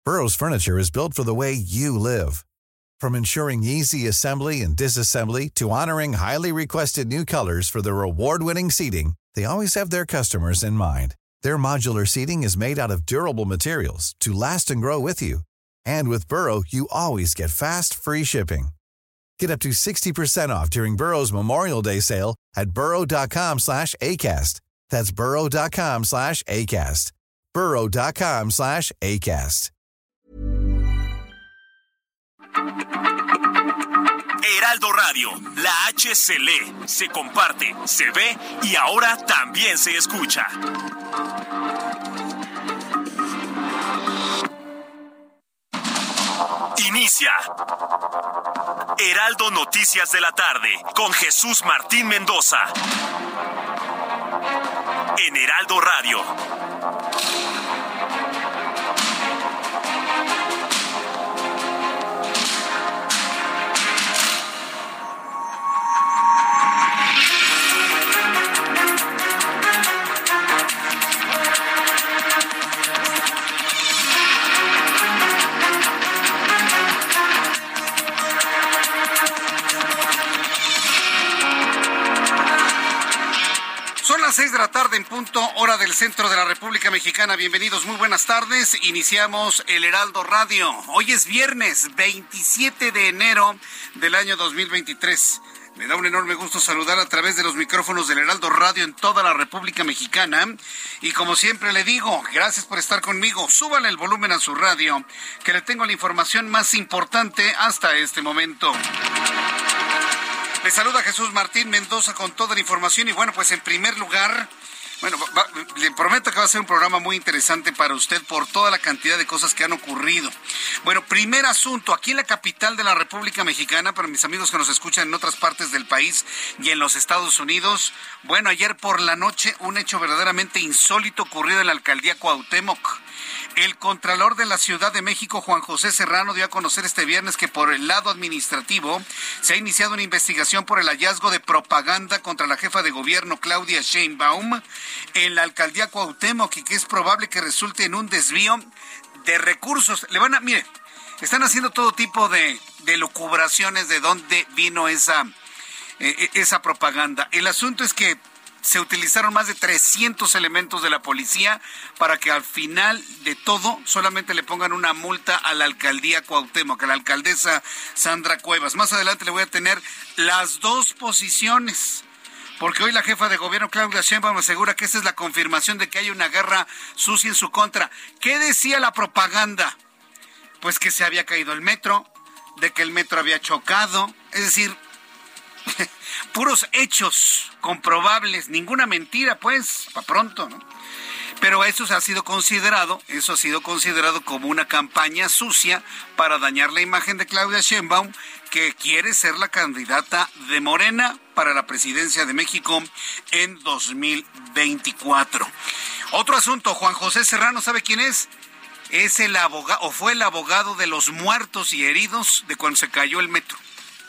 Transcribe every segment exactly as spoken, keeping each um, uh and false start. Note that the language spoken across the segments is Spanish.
Burrow's furniture is built for the way you live. From ensuring easy assembly and disassembly to honoring highly requested new colors for their award-winning seating, they always have their customers in mind. Their modular seating is made out of durable materials to last and grow with you. And with Burrow, you always get fast, free shipping. Get up to sixty percent off during Burrow's Memorial Day sale at burrow.com slash ACAST. That's burrow.com slash ACAST. burrow.com slash ACAST. Heraldo Radio, la H se lee, se comparte, se ve y ahora también se escucha. Inicia Heraldo Noticias de la tarde con Jesús Martín Mendoza en Heraldo Radio. Seis de la tarde en punto, hora del centro de la República Mexicana. Bienvenidos, muy buenas tardes. Iniciamos el Heraldo Radio. Hoy es viernes veintisiete de enero del año dos mil veintitrés. Me da un enorme gusto saludar a través de los micrófonos del Heraldo Radio en toda la República Mexicana. Y como siempre le digo, gracias por estar conmigo. Súbale el volumen a su radio, que le tengo la información más importante hasta este momento. Le saluda Jesús Martín Mendoza con toda la información y bueno, pues en primer lugar, bueno, va, le prometo que va a ser un programa muy interesante para usted por toda la cantidad de cosas que han ocurrido. Bueno, primer asunto, aquí en la capital de la República Mexicana, para mis amigos que nos escuchan en otras partes del país y en los Estados Unidos, bueno, ayer por la noche un hecho verdaderamente insólito ocurrido en la alcaldía Cuauhtémoc. El Contralor de la Ciudad de México, Juan José Serrano, dio a conocer este viernes que por el lado administrativo se ha iniciado una investigación por el hallazgo de propaganda contra la jefa de gobierno, Claudia Sheinbaum, en la alcaldía Cuauhtémoc y que es probable que resulte en un desvío de recursos. Le van a, mire, están haciendo todo tipo de, de lucubraciones de dónde vino esa, eh, esa propaganda. El asunto es que se utilizaron más de trescientos elementos de la policía para que al final de todo solamente le pongan una multa a la alcaldía Cuauhtémoc, a la alcaldesa Sandra Cuevas. Más adelante le voy a tener las dos posiciones, porque hoy la jefa de gobierno, Claudia Sheinbaum, asegura que esa es la confirmación de que hay una guerra sucia en su contra. ¿Qué decía la propaganda? Pues que se había caído el metro, de que el metro había chocado, es decir, puros hechos comprobables, ninguna mentira, pues, para pronto, ¿no? Pero eso ha sido considerado, eso ha sido considerado como una campaña sucia para dañar la imagen de Claudia Sheinbaum, que quiere ser la candidata de Morena para la presidencia de México en dos mil veinticuatro. Otro asunto, Juan José Serrano, ¿sabe quién es? Es el abogado, o fue el abogado de los muertos y heridos de cuando se cayó el metro.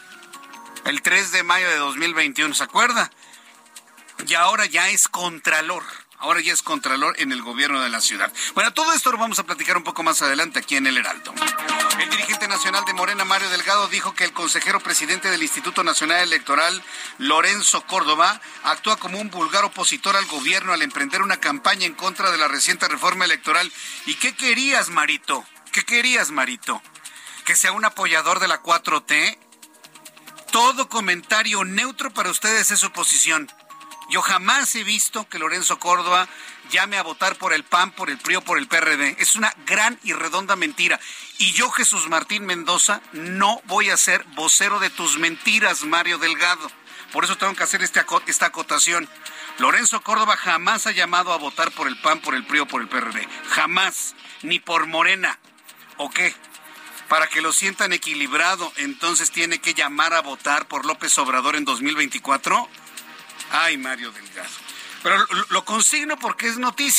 El tres de mayo de dos mil veintiuno, ¿se acuerda? Y ahora ya es contralor, ahora ya es contralor en el gobierno de la ciudad. Bueno, todo esto lo vamos a platicar un poco más adelante aquí en el Heraldo. El dirigente nacional de Morena, Mario Delgado, dijo que el consejero presidente del Instituto Nacional Electoral, Lorenzo Córdoba, actúa como un vulgar opositor al gobierno al emprender una campaña en contra de la reciente reforma electoral. ¿Y qué querías, Marito? ¿Qué querías, Marito? ¿Que sea un apoyador de la cuatro T? Todo comentario neutro para ustedes es oposición. Yo jamás he visto que Lorenzo Córdoba llame a votar por el P A N, por el P R I o por el P R D. Es una gran y redonda mentira. Y yo, Jesús Martín Mendoza, no voy a ser vocero de tus mentiras, Mario Delgado. Por eso tengo que hacer este, esta acotación. Lorenzo Córdoba jamás ha llamado a votar por el P A N, por el P R I o por el P R D. Jamás. Ni por Morena. ¿O qué? Para que lo sientan equilibrado, entonces tiene que llamar a votar por López Obrador en dos mil veinticuatro. Ay, Mario Delgado. Pero lo, lo consigno porque es noticia.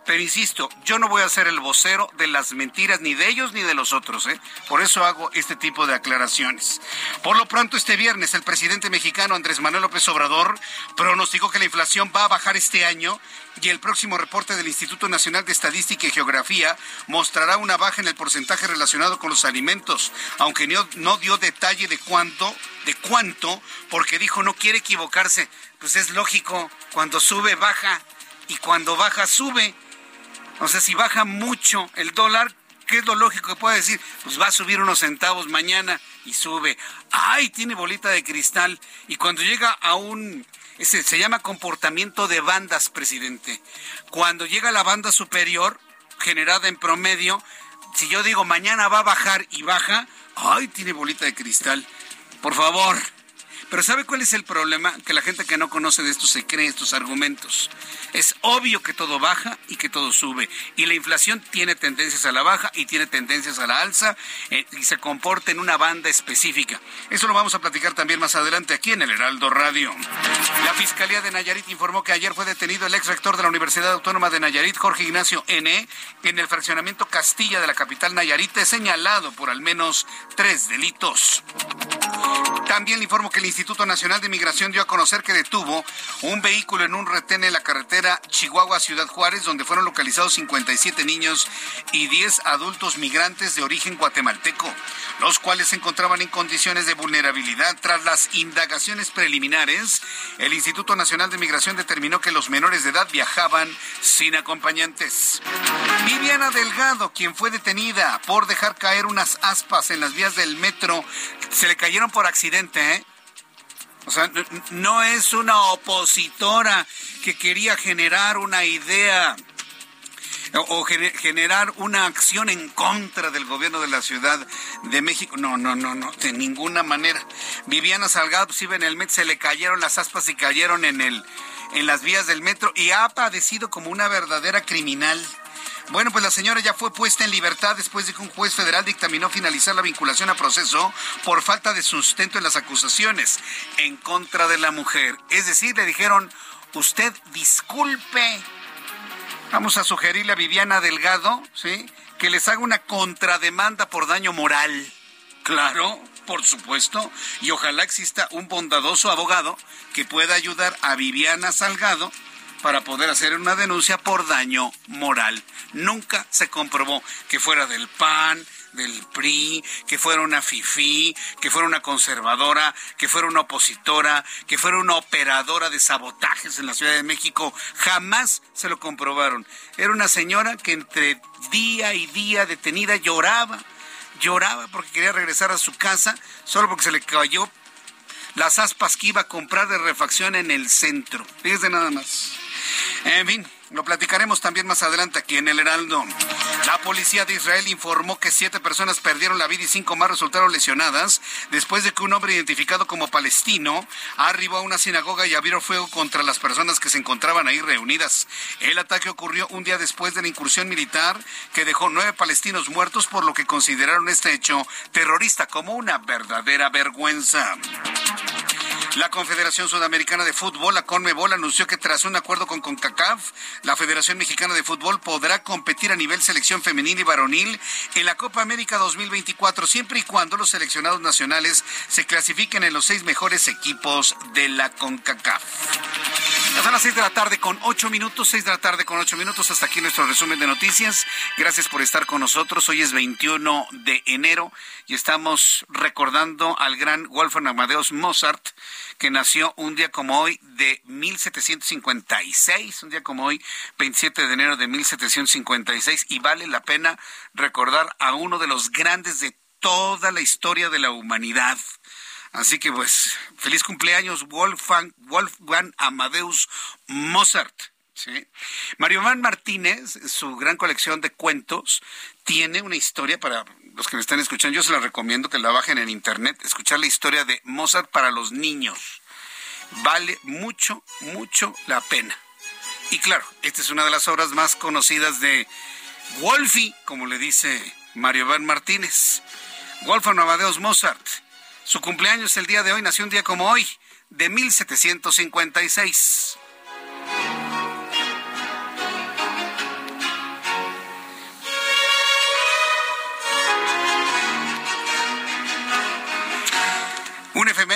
Pero insisto, yo no voy a ser el vocero de las mentiras ni de ellos ni de los otros, ¿eh? Por eso hago este tipo de aclaraciones. Por lo pronto, este viernes, el presidente mexicano Andrés Manuel López Obrador pronosticó que la inflación va a bajar este año y el próximo reporte del Instituto Nacional de Estadística y Geografía mostrará una baja en el porcentaje relacionado con los alimentos, aunque no, no dio detalle de cuánto, de cuánto, porque dijo no quiere equivocarse. Pues es lógico, cuando sube, baja, y cuando baja, sube. O sea, si baja mucho el dólar, ¿qué es lo lógico que puede decir? Pues va a subir unos centavos mañana y sube. ¡Ay, tiene bolita de cristal! Y cuando llega a un... Ese se llama comportamiento de bandas, presidente. Cuando llega a la banda superior, generada en promedio, si yo digo mañana va a bajar y baja, ¡ay, tiene bolita de cristal! Por favor. Pero ¿sabe cuál es el problema? Que la gente que no conoce de esto se cree estos argumentos. Es obvio que todo baja y que todo sube. Y la inflación tiene tendencias a la baja y tiene tendencias a la alza eh, y se comporta en una banda específica. Eso lo vamos a platicar también más adelante aquí en el Heraldo Radio. La Fiscalía de Nayarit informó que ayer fue detenido el ex rector de la Universidad Autónoma de Nayarit, Jorge Ignacio N., en el fraccionamiento Castilla de la capital nayarite, señalado por al menos tres delitos. También le informo que el Instituto Nacional de Migración dio a conocer que detuvo un vehículo en un retén en la carretera Chihuahua-Ciudad Juárez, donde fueron localizados cincuenta y siete niños y diez adultos migrantes de origen guatemalteco, los cuales se encontraban en condiciones de vulnerabilidad. Tras las indagaciones preliminares, el Instituto Nacional de Migración determinó que los menores de edad viajaban sin acompañantes. Viviana Delgado, quien fue detenida por dejar caer unas aspas en las vías del metro, se le cayeron por accidente, ¿eh? O sea, no es una opositora que quería generar una idea o generar una acción en contra del gobierno de la Ciudad de México. No, no, no, no, de ninguna manera. Viviana Salgado pues iba en el metro, se le cayeron las aspas y cayeron en el, en las vías del metro y ha padecido como una verdadera criminal. Bueno, pues la señora ya fue puesta en libertad después de que un juez federal dictaminó finalizar la vinculación a proceso por falta de sustento en las acusaciones en contra de la mujer. Es decir, le dijeron, usted disculpe, vamos a sugerirle a Viviana Delgado, ¿sí?, que les haga una contrademanda por daño moral. Claro, por supuesto, y ojalá exista un bondadoso abogado que pueda ayudar a Viviana Salgado para poder hacer una denuncia por daño moral. Nunca se comprobó que fuera del P A N, del P R I, que fuera una fifí, que fuera una conservadora, que fuera una opositora, que fuera una operadora de sabotajes en la Ciudad de México. Jamás se lo comprobaron. Era una señora que entre día y día detenida lloraba, lloraba porque quería regresar a su casa, solo porque se le cayó las aspas que iba a comprar de refacción en el centro. Fíjese nada más. En fin, lo platicaremos también más adelante aquí en el Heraldo. La policía de Israel informó que siete personas perdieron la vida y cinco más resultaron lesionadas después de que un hombre identificado como palestino arribó a una sinagoga y abrió fuego contra las personas que se encontraban ahí reunidas. El ataque ocurrió un día después de la incursión militar que dejó nueve palestinos muertos, por lo que consideraron este hecho terrorista como una verdadera vergüenza. La Confederación Sudamericana de Fútbol, la CONMEBOL, anunció que tras un acuerdo con CONCACAF, la Federación Mexicana de Fútbol podrá competir a nivel selección femenil y varonil en la Copa América dos mil veinticuatro, siempre y cuando los seleccionados nacionales se clasifiquen en los seis mejores equipos de la CONCACAF. Ya son las seis de la tarde con ocho minutos, seis de la tarde con ocho minutos. Hasta aquí nuestro resumen de noticias. Gracias por estar con nosotros. Hoy es veintiuno de enero y estamos recordando al gran Wolfgang Amadeus Mozart, que nació un día como hoy de mil setecientos cincuenta y seis, un día como hoy, veintisiete de enero de mil setecientos cincuenta y seis, y vale la pena recordar a uno de los grandes de toda la historia de la humanidad. Así que pues, feliz cumpleaños Wolfgang, Wolfgang Amadeus Mozart. ¿Sí? Mario Van Martínez, su gran colección de cuentos, tiene una historia para los que me están escuchando. Yo se la recomiendo que la bajen en internet, escuchar la historia de Mozart para los niños. Vale mucho, mucho la pena. Y claro, esta es una de las obras más conocidas de Wolfie, como le dice Mario Van Martínez. Wolfgang Amadeus Mozart. Su cumpleaños el día de hoy, nació un día como hoy, de mil setecientos cincuenta y seis.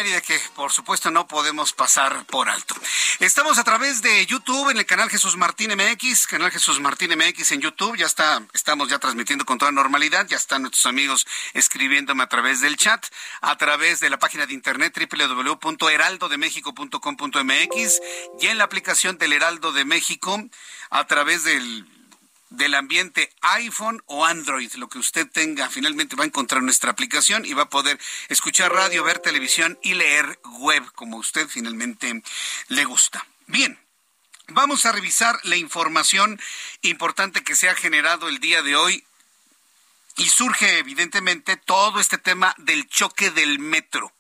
efeméride que por supuesto no podemos pasar por alto. Estamos a través de YouTube en el canal Jesús Martín M X, canal Jesús Martín M X en YouTube. Ya está, estamos ya transmitiendo con toda normalidad. Ya están nuestros amigos escribiéndome a través del chat, a través de la página de internet doble u doble u doble u punto heraldo de méxico punto com punto m x y en la aplicación del Heraldo de México a través del del ambiente iPhone o Android, lo que usted tenga. Finalmente va a encontrar nuestra aplicación y va a poder escuchar radio, ver televisión y leer web, como usted finalmente le gusta. Bien, vamos a revisar la información importante que se ha generado el día de hoy y surge evidentemente todo este tema del choque del metro.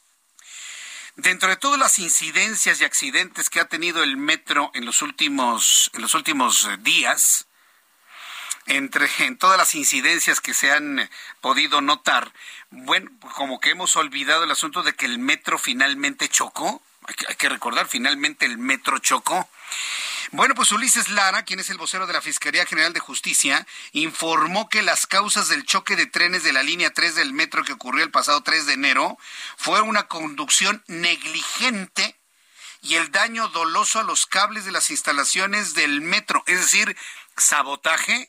Dentro de todas las incidencias y accidentes que ha tenido el metro en los últimos, en los últimos días, Entre en todas las incidencias que se han podido notar, bueno, como que hemos olvidado el asunto de que el metro finalmente chocó. Hay que, hay que recordar, finalmente el metro chocó. Bueno, pues Ulises Lara, quien es el vocero de la Fiscalía General de Justicia, informó que las causas del choque de trenes de la línea tres del metro que ocurrió el pasado tres de enero fue una conducción negligente y el daño doloso a los cables de las instalaciones del metro, es decir, sabotaje.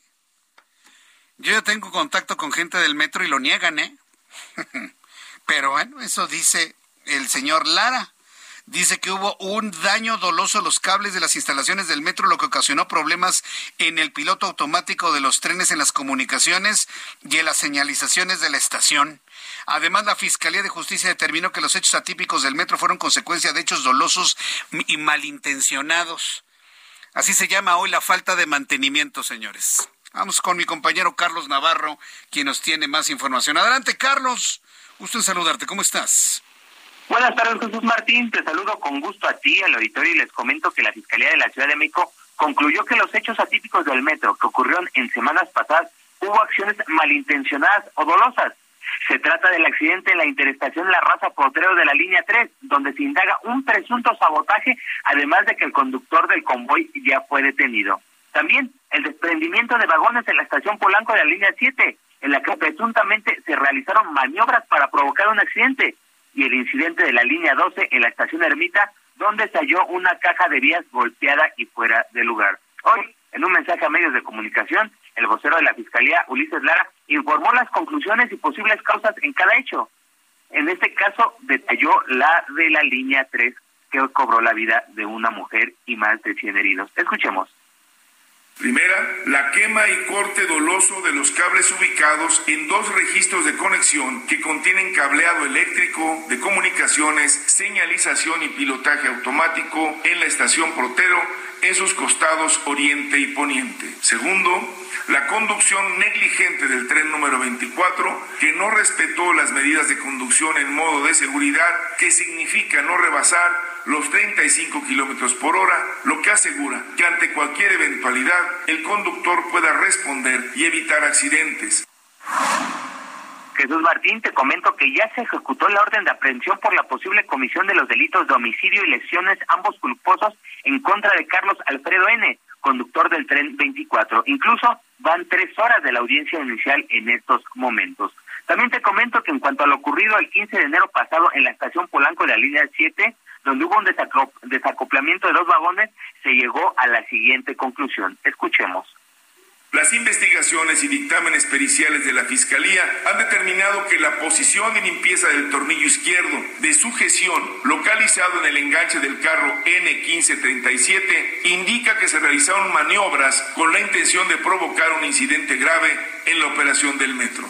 Yo ya tengo contacto con gente del metro y lo niegan, ¿eh? Pero bueno, eso dice el señor Lara. Dice que hubo un daño doloso a los cables de las instalaciones del metro, lo que ocasionó problemas en el piloto automático de los trenes, en las comunicaciones y en las señalizaciones de la estación. Además, la Fiscalía de Justicia determinó que los hechos atípicos del metro fueron consecuencia de hechos dolosos y malintencionados. Así se llama hoy la falta de mantenimiento, señores. Vamos con mi compañero Carlos Navarro, quien nos tiene más información. Adelante, Carlos. Gusto en saludarte. ¿Cómo estás? Buenas tardes, Jesús Martín. Te saludo con gusto a ti, al auditorio, y les comento que la Fiscalía de la Ciudad de México concluyó que los hechos atípicos del metro que ocurrieron en semanas pasadas hubo acciones malintencionadas o dolosas. Se trata del accidente en la interestación La Raza Potrero de la línea tres, donde se indaga un presunto sabotaje, además de que el conductor del convoy ya fue detenido. También el desprendimiento de vagones en la estación Polanco de la línea siete, en la que presuntamente se realizaron maniobras para provocar un accidente, y el incidente de la línea doce en la estación Ermita, donde se halló una caja de vías golpeada y fuera de lugar. Hoy, en un mensaje a medios de comunicación, el vocero de la Fiscalía, Ulises Lara, informó las conclusiones y posibles causas en cada hecho. En este caso, detalló la de la línea tres, que cobró la vida de una mujer y más de cien heridos. Escuchemos. Primera, la quema y corte doloso de los cables ubicados en dos registros de conexión que contienen cableado eléctrico, de comunicaciones, señalización y pilotaje automático en la estación Portero, en sus costados oriente y poniente. Segundo, la conducción negligente del tren número veinticuatro, que no respetó las medidas de conducción en modo de seguridad, que significa no rebasar los treinta y cinco kilómetros por hora, lo que asegura que ante cualquier eventualidad el conductor pueda responder y evitar accidentes. Jesús Martín, te comento que ya se ejecutó la orden de aprehensión por la posible comisión de los delitos de homicidio y lesiones, ambos culposos, en contra de Carlos Alfredo N., conductor del tren veinticuatro. Incluso van tres horas de la audiencia inicial en estos momentos. También te comento que en cuanto a lo ocurrido el quince de enero pasado en la estación Polanco de la línea siete, donde hubo un desacoplamiento de dos vagones, se llegó a la siguiente conclusión. Escuchemos. Las investigaciones y dictámenes periciales de la Fiscalía han determinado que la posición y limpieza del tornillo izquierdo de sujeción localizado en el enganche del carro N quince treinta y siete indica que se realizaron maniobras con la intención de provocar un incidente grave en la operación del metro.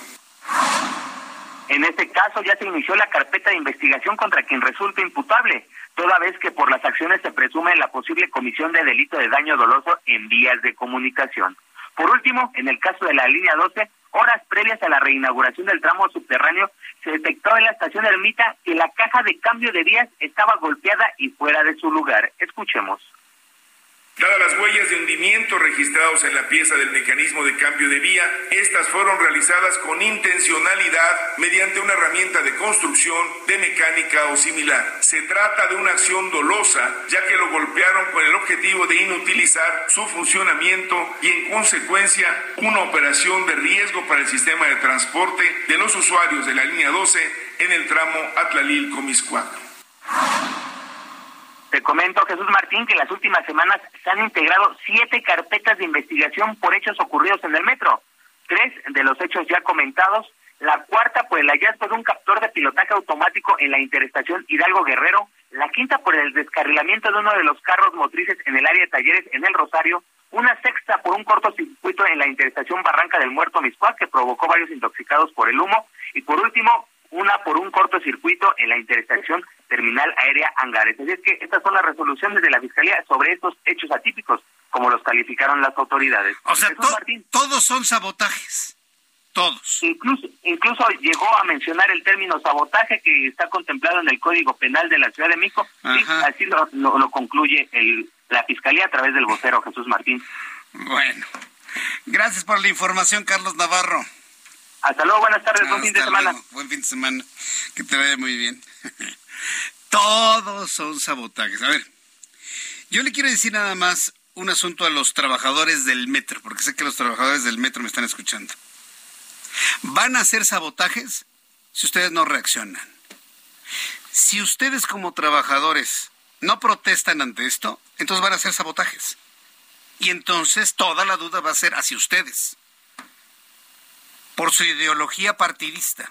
En este caso ya se inició la carpeta de investigación contra quien resulte imputable, toda vez que por las acciones se presume la posible comisión de delito de daño doloso en vías de comunicación. Por último, en el caso de la línea doce, horas previas a la reinauguración del tramo subterráneo, se detectó en la estación Ermita que la caja de cambio de vías estaba golpeada y fuera de su lugar. Escuchemos. Dadas las huellas de hundimiento registrados en la pieza del mecanismo de cambio de vía, estas fueron realizadas con intencionalidad mediante una herramienta de construcción, de mecánica o similar. Se trata de una acción dolosa, ya que lo golpearon con el objetivo de inutilizar su funcionamiento y, en consecuencia, una operación de riesgo para el sistema de transporte de los usuarios de la línea doce en el tramo Atlalil-Comiscuac. Te comento, Jesús Martín, que en las últimas semanas se han integrado siete carpetas de investigación por hechos ocurridos en el metro. Tres de los hechos ya comentados, la cuarta por el hallazgo de un captor de pilotaje automático en la interestación Hidalgo Guerrero, la quinta por el descarrilamiento de uno de los carros motrices en el área de talleres en el Rosario, una sexta por un cortocircuito en la interestación Barranca del Muerto Mixcoac que provocó varios intoxicados por el humo, y por último, una por un cortocircuito en la interestación Terminal Aérea Angares. Así es que estas son las resoluciones de la Fiscalía sobre estos hechos atípicos, como los calificaron las autoridades. O sea, to Martín, todos son sabotajes, todos. Incluso, incluso llegó a mencionar el término sabotaje que está contemplado en el Código Penal de la Ciudad de México. Sí, así lo, lo, lo concluye el, la Fiscalía a través del vocero Jesús Martín. Bueno, gracias por la información, Carlos Navarro. Hasta luego, buenas tardes, buen Hasta fin de semana. Luego. Buen fin de semana, que te vaya muy bien. Todos son sabotajes. A ver, yo le quiero decir nada más un asunto a los trabajadores del metro, porque sé que los trabajadores del metro me están escuchando. Van a hacer sabotajes si ustedes no reaccionan. Si ustedes como trabajadores no protestan ante esto, entonces van a hacer sabotajes. Y entonces toda la duda va a ser hacia ustedes, por su ideología partidista.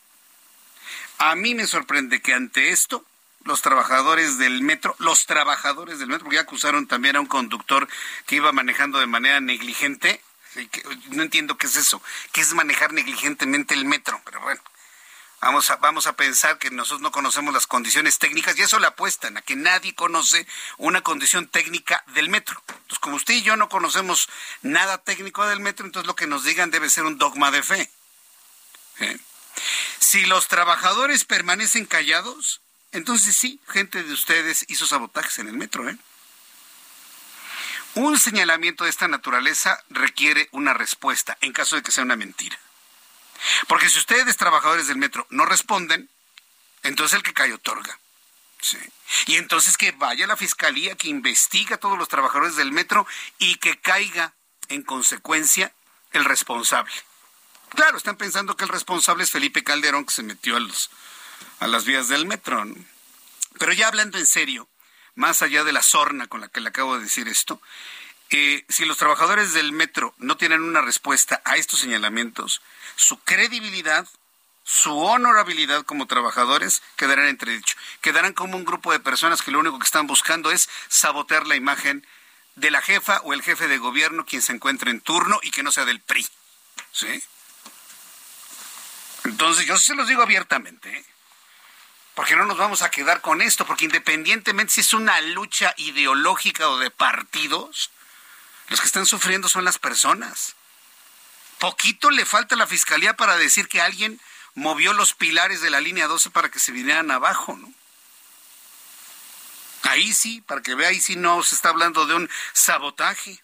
A mí me sorprende que ante esto, los trabajadores del metro, los trabajadores del metro, porque ya acusaron también a un conductor que iba manejando de manera negligente. No entiendo qué es eso, qué es manejar negligentemente el metro, pero bueno, vamos a, vamos a pensar que nosotros no conocemos las condiciones técnicas, y eso le apuestan a que nadie conoce una condición técnica del metro. Entonces, como usted y yo no conocemos nada técnico del metro, entonces lo que nos digan debe ser un dogma de fe. ¿Eh? Si los trabajadores permanecen callados, entonces sí, gente de ustedes hizo sabotajes en el metro, ¿eh? Un señalamiento de esta naturaleza requiere una respuesta en caso de que sea una mentira. Porque si ustedes, trabajadores del metro, no responden, entonces el que cae otorga. Sí. Y entonces que vaya la fiscalía, que investigue a todos los trabajadores del metro y que caiga en consecuencia el responsable. Claro, están pensando que el responsable es Felipe Calderón, que se metió a, los, a las vías del metro, ¿no? Pero ya hablando en serio, más allá de la sorna con la que le acabo de decir esto, eh, si los trabajadores del metro no tienen una respuesta a estos señalamientos, su credibilidad, su honorabilidad como trabajadores quedarán en entredicho. Quedarán como un grupo de personas que lo único que están buscando es sabotear la imagen de la jefa o el jefe de gobierno, quien se encuentre en turno y que no sea del P R I. ¿Sí? Entonces, yo se los digo abiertamente, ¿eh? Porque no nos vamos a quedar con esto, porque independientemente si es una lucha ideológica o de partidos, los que están sufriendo son las personas. Poquito le falta a la Fiscalía para decir que alguien movió los pilares de la línea doce para que se vinieran abajo, ¿no? Ahí sí, para que vea, ahí sí no se está hablando de un sabotaje.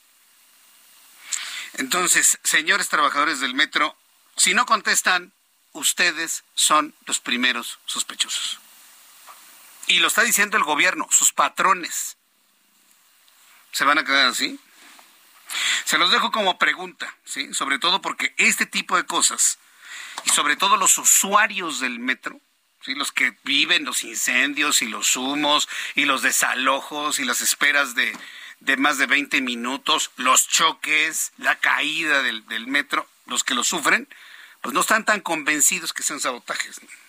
Entonces, señores trabajadores del metro, si no contestan, ustedes son los primeros sospechosos. Y lo está diciendo el gobierno, sus patrones. ¿Se van a quedar así? Se los dejo como pregunta, ¿sí? Sobre todo porque este tipo de cosas, y sobre todo los usuarios del metro, ¿sí? Los que viven los incendios y los humos y los desalojos y las esperas de, de más de veinte minutos, los choques, la caída del, del metro, los que lo sufren, pues no están tan convencidos que sean sabotajes, ¿no?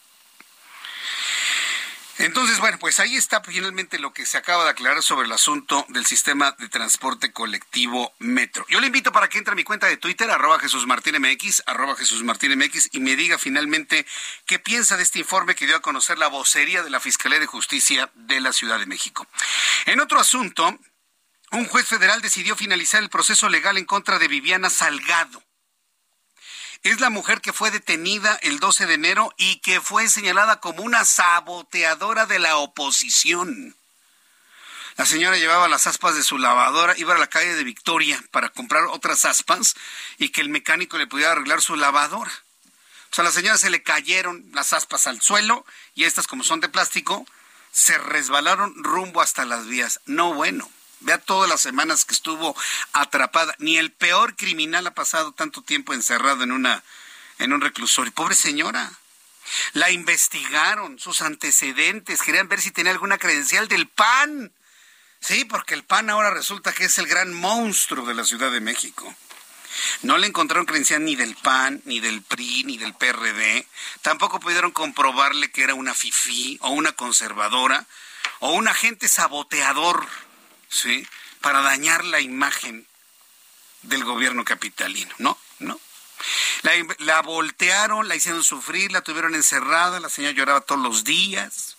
Entonces, bueno, pues ahí está finalmente lo que se acaba de aclarar sobre el asunto del sistema de transporte colectivo metro. Yo le invito para que entre a mi cuenta de Twitter, arroba Jesús Martín M X, arroba Jesús Martín M X, y me diga finalmente qué piensa de este informe que dio a conocer la vocería de la Fiscalía de Justicia de la Ciudad de México. En otro asunto, un juez federal decidió finalizar el proceso legal en contra de Viviana Salgado. Es la mujer que fue detenida el doce de enero y que fue señalada como una saboteadora de la oposición. La señora llevaba las aspas de su lavadora, iba a la calle de Victoria para comprar otras aspas y que el mecánico le pudiera arreglar su lavadora. O sea, a la señora se le cayeron las aspas al suelo y estas, como son de plástico, se resbalaron rumbo hasta las vías. No, bueno. Vea todas las semanas que estuvo atrapada. Ni el peor criminal ha pasado tanto tiempo encerrado en una en un reclusorio. Pobre señora. La investigaron, sus antecedentes, querían ver si tenía alguna credencial del P A N. Sí, porque el P A N ahora resulta que es el gran monstruo de la Ciudad de México. No le encontraron credencial ni del P A N, ni del P R I, ni del P R D. Tampoco pudieron comprobarle que era una fifí o una conservadora o un agente saboteador, ¿sí?, para dañar la imagen del gobierno capitalino. No, no. La, la voltearon, la hicieron sufrir, la tuvieron encerrada, la señora lloraba todos los días.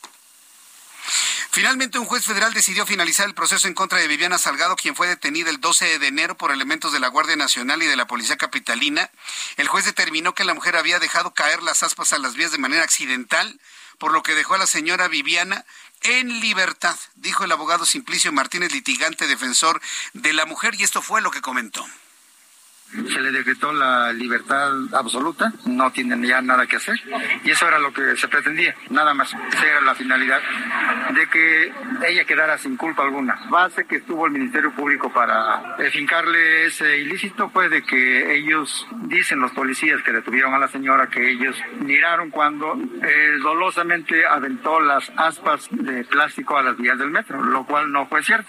Finalmente, un juez federal decidió finalizar el proceso en contra de Viviana Salgado, quien fue detenida el doce de enero por elementos de la Guardia Nacional y de la Policía Capitalina. El juez determinó que la mujer había dejado caer las aspas a las vías de manera accidental, por lo que dejó a la señora Viviana en libertad, dijo el abogado Simplicio Martínez, litigante defensor de la mujer, y esto fue lo que comentó. Se le decretó la libertad absoluta, no tienen ya nada que hacer, y eso era lo que se pretendía, nada más. Esa era la finalidad, de que ella quedara sin culpa alguna. Base que estuvo el Ministerio Público para fincarle ese ilícito fue de que ellos, dicen los policías que detuvieron a la señora, que ellos miraron cuando eh, dolosamente aventó las aspas de plástico a las vías del metro, lo cual no fue cierto.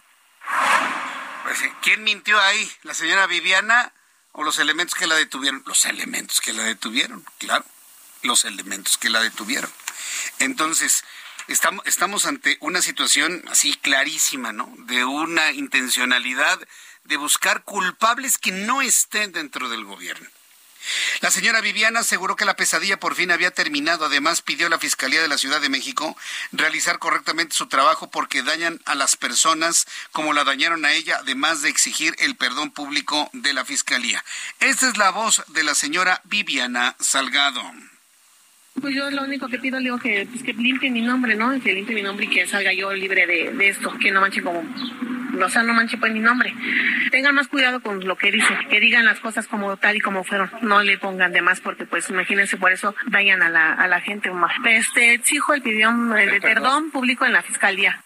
Pues, ¿quién mintió ahí? ¿La señora Viviana o los elementos que la detuvieron? Los elementos que la detuvieron, claro, los elementos que la detuvieron. Entonces, estamos, estamos ante una situación así clarísima, ¿no?, de una intencionalidad de buscar culpables que no estén dentro del gobierno. La señora Viviana aseguró que la pesadilla por fin había terminado. Además, pidió a la Fiscalía de la Ciudad de México realizar correctamente su trabajo porque dañan a las personas como la dañaron a ella, además de exigir el perdón público de la Fiscalía. Esta es la voz de la señora Viviana Salgado. Pues yo lo único que pido, digo, que, pues que limpie mi nombre, ¿no? Que limpie mi nombre y que salga yo libre de, de esto, que no manche como... O sea, no manche pues mi nombre. Tengan más cuidado con lo que dicen, que digan las cosas como tal y como fueron. No le pongan de más porque, pues, imagínense, por eso dañan a la, a la gente más. Este, exijo el perdón, el perdón público en la Fiscalía.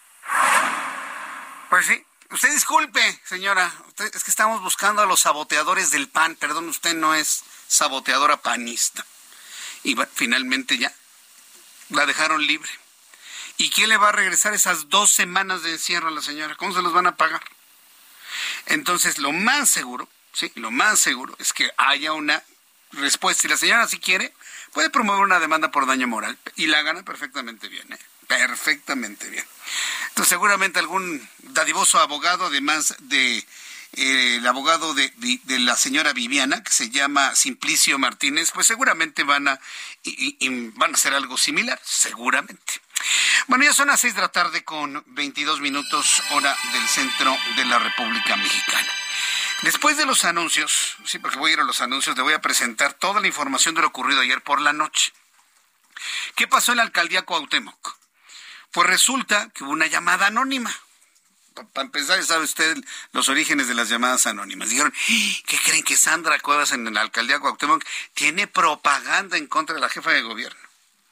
Pues sí. Usted disculpe, señora. Usted, es que estamos buscando a los saboteadores del P A N. Perdón, usted no es saboteadora panista. Y bueno, finalmente ya la dejaron libre. ¿Y quién le va a regresar esas dos semanas de encierro a la señora? ¿Cómo se los van a pagar? Entonces, lo más seguro, sí, lo más seguro es que haya una respuesta. Si la señora sí quiere, puede promover una demanda por daño moral y la gana perfectamente bien, ¿eh? Perfectamente bien. Entonces, seguramente algún dadivoso abogado, además de eh, el abogado de, de, de la señora Viviana, que se llama Simplicio Martínez, pues seguramente van a, y, y van a hacer algo similar, seguramente. Bueno, ya son las seis de la tarde con veintidós minutos, hora del centro de la República Mexicana. Después de los anuncios, sí, porque voy a ir a los anuncios, le voy a presentar toda la información de lo ocurrido ayer por la noche. ¿Qué pasó en la alcaldía Cuauhtémoc? Pues resulta que hubo una llamada anónima. Para empezar, sabe usted los orígenes de las llamadas anónimas. Dijeron, ¿qué creen que Sandra Cuevas en la alcaldía Cuauhtémoc tiene propaganda en contra de la jefa de gobierno?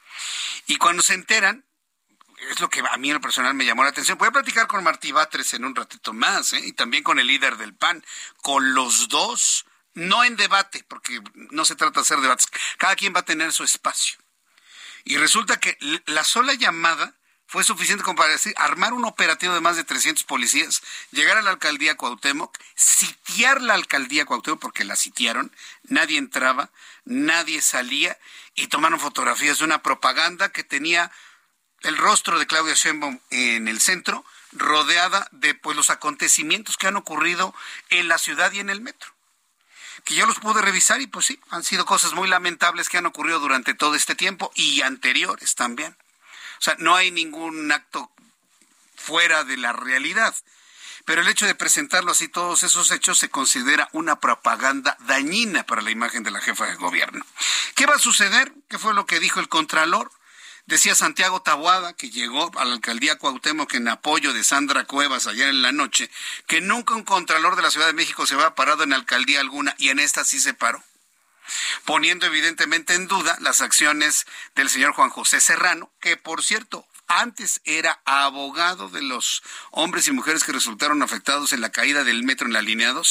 Y cuando se enteran, es lo que a mí en lo personal me llamó la atención. Voy a platicar con Martí Batres en un ratito más, ¿eh? Y también con el líder del P A N, con los dos, no en debate, porque no se trata de hacer debates, cada quien va a tener su espacio. Y resulta que la sola llamada fue suficiente como para decir, armar un operativo de más de trescientos policías, llegar a la alcaldía Cuauhtémoc, sitiar la alcaldía Cuauhtémoc, porque la sitiaron, nadie entraba, nadie salía, y tomaron fotografías de una propaganda que tenía el rostro de Claudia Sheinbaum en el centro, rodeada de pues los acontecimientos que han ocurrido en la ciudad y en el metro. Que yo los pude revisar y pues sí, han sido cosas muy lamentables que han ocurrido durante todo este tiempo y anteriores también. O sea, no hay ningún acto fuera de la realidad. Pero el hecho de presentarlo así, todos esos hechos, se considera una propaganda dañina para la imagen de la jefa de gobierno. ¿Qué va a suceder? ¿Qué fue lo que dijo el Contralor? Decía Santiago Taboada, que llegó a la alcaldía Cuauhtémoc en apoyo de Sandra Cuevas ayer en la noche, que nunca un Contralor de la Ciudad de México se había parado en alcaldía alguna, y en esta sí se paró, poniendo evidentemente en duda las acciones del señor Juan José Serrano, que por cierto, antes era abogado de los hombres y mujeres que resultaron afectados en la caída del metro en la línea dos.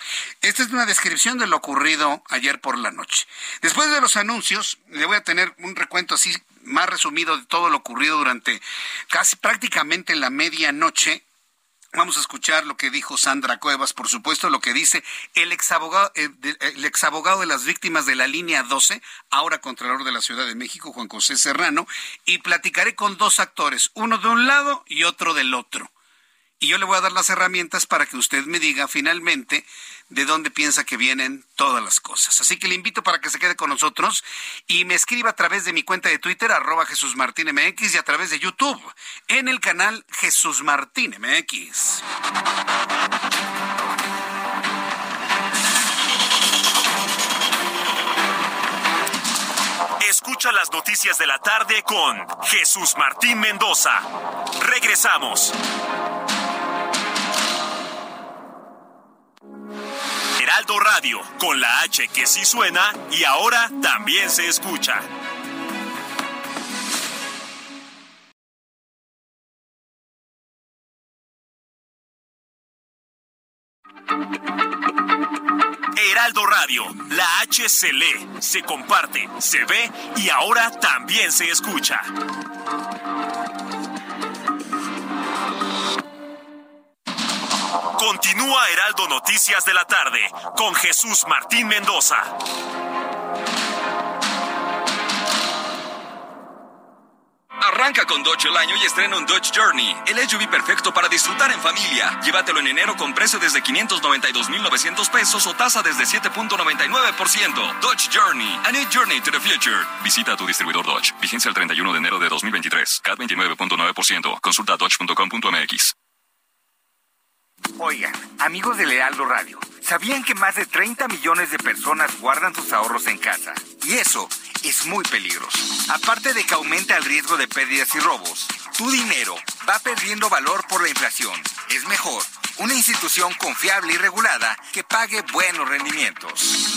Esta es una descripción de lo ocurrido ayer por la noche. Después de los anuncios, le voy a tener un recuento así más resumido de todo lo ocurrido durante casi prácticamente la medianoche. Vamos a escuchar lo que dijo Sandra Cuevas, por supuesto, lo que dice el exabogado, el, el exabogado de las víctimas de la línea doce, ahora Contralor de la Ciudad de México, Juan José Serrano, y platicaré con dos actores, uno de un lado y otro del otro. Y yo le voy a dar las herramientas para que usted me diga finalmente de dónde piensa que vienen todas las cosas. Así que le invito para que se quede con nosotros y me escriba a través de mi cuenta de Twitter, arroba Jesús Martín M X, y a través de YouTube, en el canal Jesús Martín M X. Escucha las noticias de la tarde con Jesús Martín Mendoza. Regresamos. Heraldo Radio, con la H que sí suena y ahora también se escucha. Heraldo Radio, la H se lee, se comparte, se ve y ahora también se escucha. Continúa Heraldo Noticias de la tarde con Jesús Martín Mendoza. Arranca con Dodge el año y estrena un Dodge Journey, el S U V perfecto para disfrutar en familia. Llévatelo en enero con precio desde quinientos noventa y dos mil novecientos pesos o tasa desde siete punto noventa y nueve por ciento. Dodge Journey, a new journey to the future. Visita a tu distribuidor Dodge. Vigencia el treinta y uno de enero de dos mil veintitrés. C A T veintinueve punto nueve por ciento. Consulta dodge punto com punto m x. Oigan, amigos del Heraldo Radio, ¿sabían que más de treinta millones de personas guardan sus ahorros en casa? Y eso es muy peligroso. Aparte de que aumenta el riesgo de pérdidas y robos, tu dinero va perdiendo valor por la inflación. Es mejor una institución confiable y regulada que pague buenos rendimientos.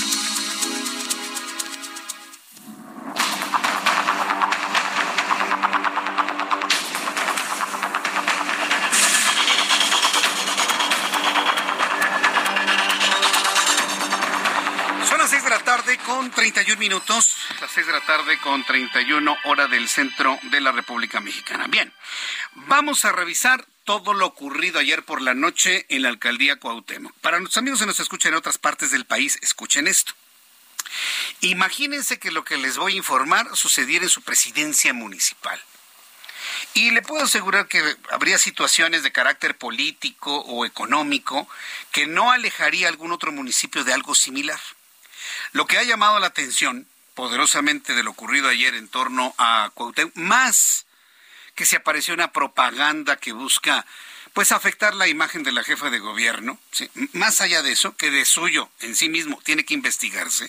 Con treinta y un minutos, las seis de la tarde con treinta y una hora del centro de la República Mexicana. Bien, vamos a revisar todo lo ocurrido ayer por la noche en la alcaldía Cuauhtémoc. Para nuestros amigos que nos escuchan en otras partes del país, escuchen esto. Imagínense que lo que les voy a informar sucediera en su presidencia municipal. Y le puedo asegurar que habría situaciones de carácter político o económico que no alejaría a algún otro municipio de algo similar. Lo que ha llamado la atención poderosamente de lo ocurrido ayer en torno a Cuauhtémoc, más que se apareció una propaganda que busca pues afectar la imagen de la jefa de gobierno, ¿sí? Más allá de eso, que de suyo en sí mismo tiene que investigarse,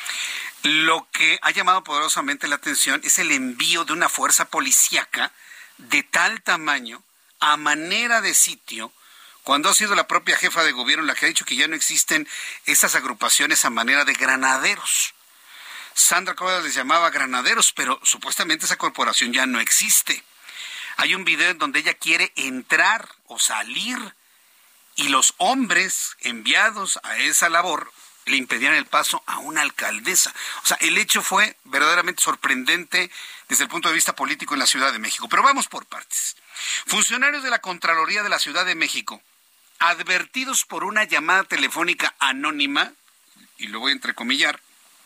lo que ha llamado poderosamente la atención es el envío de una fuerza policíaca de tal tamaño, a manera de sitio, cuando ha sido la propia jefa de gobierno la que ha dicho que ya no existen esas agrupaciones a manera de granaderos. Sandra Cuevas les llamaba granaderos, pero supuestamente esa corporación ya no existe. Hay un video en donde ella quiere entrar o salir y los hombres enviados a esa labor le impedían el paso a una alcaldesa. O sea, el hecho fue verdaderamente sorprendente desde el punto de vista político en la Ciudad de México. Pero vamos por partes. Funcionarios de la Contraloría de la Ciudad de México, advertidos por una llamada telefónica anónima, y lo voy a entrecomillar,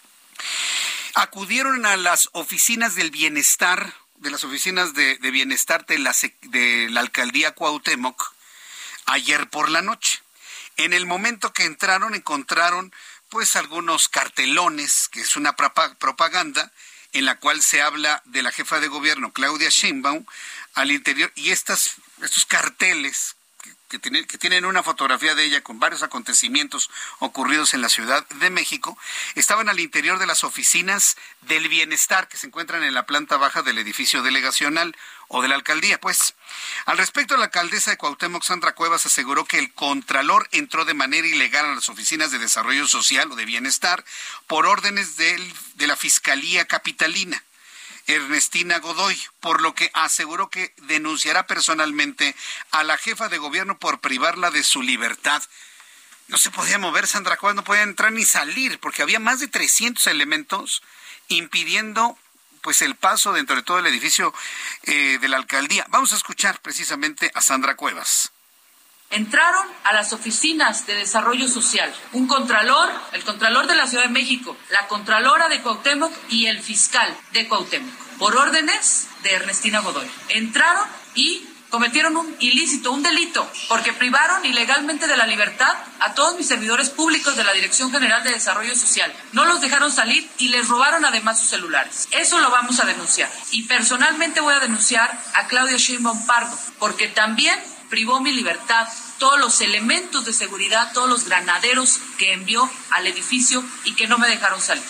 acudieron a las oficinas del bienestar, de las oficinas de, de bienestar de la, de la alcaldía Cuauhtémoc ayer por la noche. En el momento que entraron, encontraron pues algunos cartelones, que es una propaganda en la cual se habla de la jefa de gobierno, Claudia Sheinbaum, al interior, y estas, estos carteles que, que, tienen, que tienen una fotografía de ella con varios acontecimientos ocurridos en la Ciudad de México, estaban al interior de las oficinas del bienestar que se encuentran en la planta baja del edificio delegacional o de la alcaldía. Pues, al respecto, la alcaldesa de Cuauhtémoc, Sandra Cuevas, aseguró que el contralor entró de manera ilegal a las oficinas de desarrollo social o de bienestar por órdenes del, de la Fiscalía Capitalina, Ernestina Godoy, por lo que aseguró que denunciará personalmente a la jefa de gobierno por privarla de su libertad. no se podía mover Sandra Cuevas, no podía entrar ni salir, porque había más de trescientos elementos impidiendo pues el paso dentro de todo el edificio eh, de la alcaldía. Vamos a escuchar precisamente a Sandra Cuevas. Entraron a las oficinas de desarrollo social, un contralor, el contralor de la Ciudad de México, la contralora de Cuauhtémoc y el fiscal de Cuauhtémoc, por órdenes de Ernestina Godoy. Entraron y cometieron un ilícito, un delito, porque privaron ilegalmente de la libertad a todos mis servidores públicos de la Dirección General de Desarrollo Social. No los dejaron salir y les robaron además sus celulares. Eso lo vamos a denunciar. Y personalmente voy a denunciar a Claudia Sheinbaum Pardo, porque también privó mi libertad, todos los elementos de seguridad, todos los granaderos que envió al edificio y que no me dejaron salir.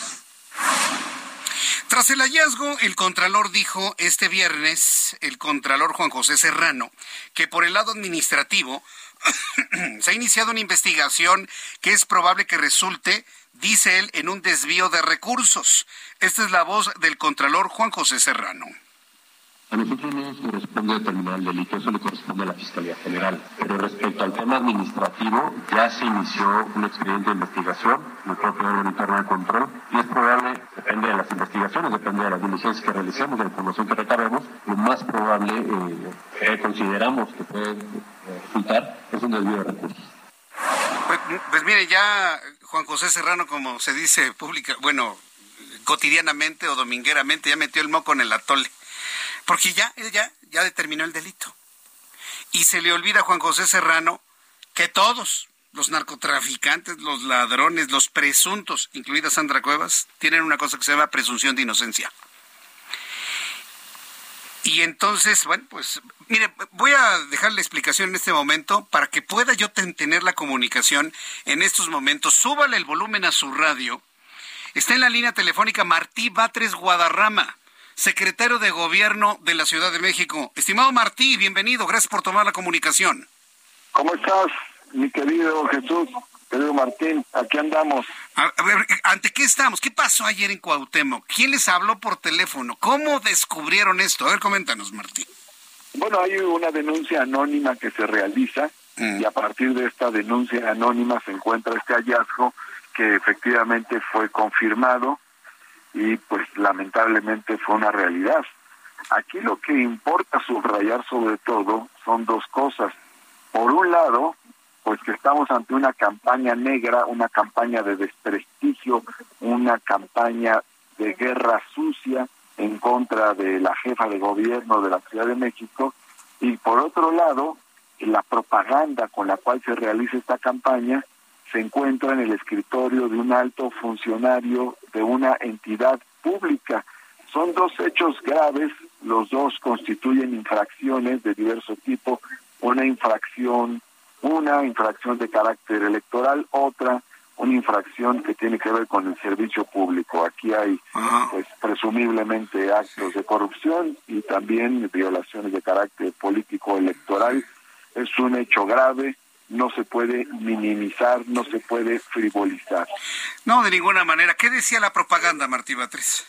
Tras el hallazgo, el contralor dijo este viernes, el contralor Juan José Serrano, que por el lado administrativo se ha iniciado una investigación que es probable que resulte, dice él, en un desvío de recursos. Esta es la voz del contralor Juan José Serrano. A nosotros no nos corresponde determinar el delito, eso le corresponde a la Fiscalía General. Pero respecto al tema administrativo, ya se inició un expediente de investigación, el propio órgano interno de control, y es probable, depende de las investigaciones, depende de las diligencias que realicemos, de la información que recabemos, lo más probable, eh, que consideramos que puede eh, resultar, es un desvío de recursos. Pues, pues mire, ya Juan José Serrano, como se dice pública, bueno, cotidianamente o domingueramente, ya metió el moco en el atole. Porque ya, él ya, ya determinó el delito. Y se le olvida a Juan José Serrano que todos los narcotraficantes, los ladrones, los presuntos, incluida Sandra Cuevas, tienen una cosa que se llama presunción de inocencia. Y entonces, bueno, pues, mire, voy a dejar la explicación en este momento para que pueda yo tener la comunicación en estos momentos. Súbale el volumen a su radio. Está en la línea telefónica Martí Batres Guadarrama, secretario de Gobierno de la Ciudad de México. Estimado Martí, bienvenido, gracias por tomar la comunicación. ¿Cómo estás, mi querido Jesús, querido Martín? Aquí andamos. A, a ver, ¿ante qué estamos? ¿Qué pasó ayer en Cuauhtémoc? ¿Quién les habló por teléfono? ¿Cómo descubrieron esto? A ver, coméntanos, Martí. Bueno, hay una denuncia anónima que se realiza mm. y a partir de esta denuncia anónima se encuentra este hallazgo que efectivamente fue confirmado y pues lamentablemente fue una realidad. Aquí lo que importa subrayar sobre todo son dos cosas. Por un lado, pues que estamos ante una campaña negra, una campaña de desprestigio, una campaña de guerra sucia en contra de la jefa de gobierno de la Ciudad de México, y por otro lado, la propaganda con la cual se realiza esta campaña se encuentra en el escritorio de un alto funcionario de una entidad pública. Son dos hechos graves, los dos constituyen infracciones de diverso tipo, una infracción, una infracción de carácter electoral, otra, una infracción que tiene que ver con el servicio público. Aquí hay, pues, presumiblemente actos de corrupción y también violaciones de carácter político electoral. Es un hecho grave. No se puede minimizar, no se puede frivolizar. No, de ninguna manera. ¿Qué decía la propaganda, Martí Batres?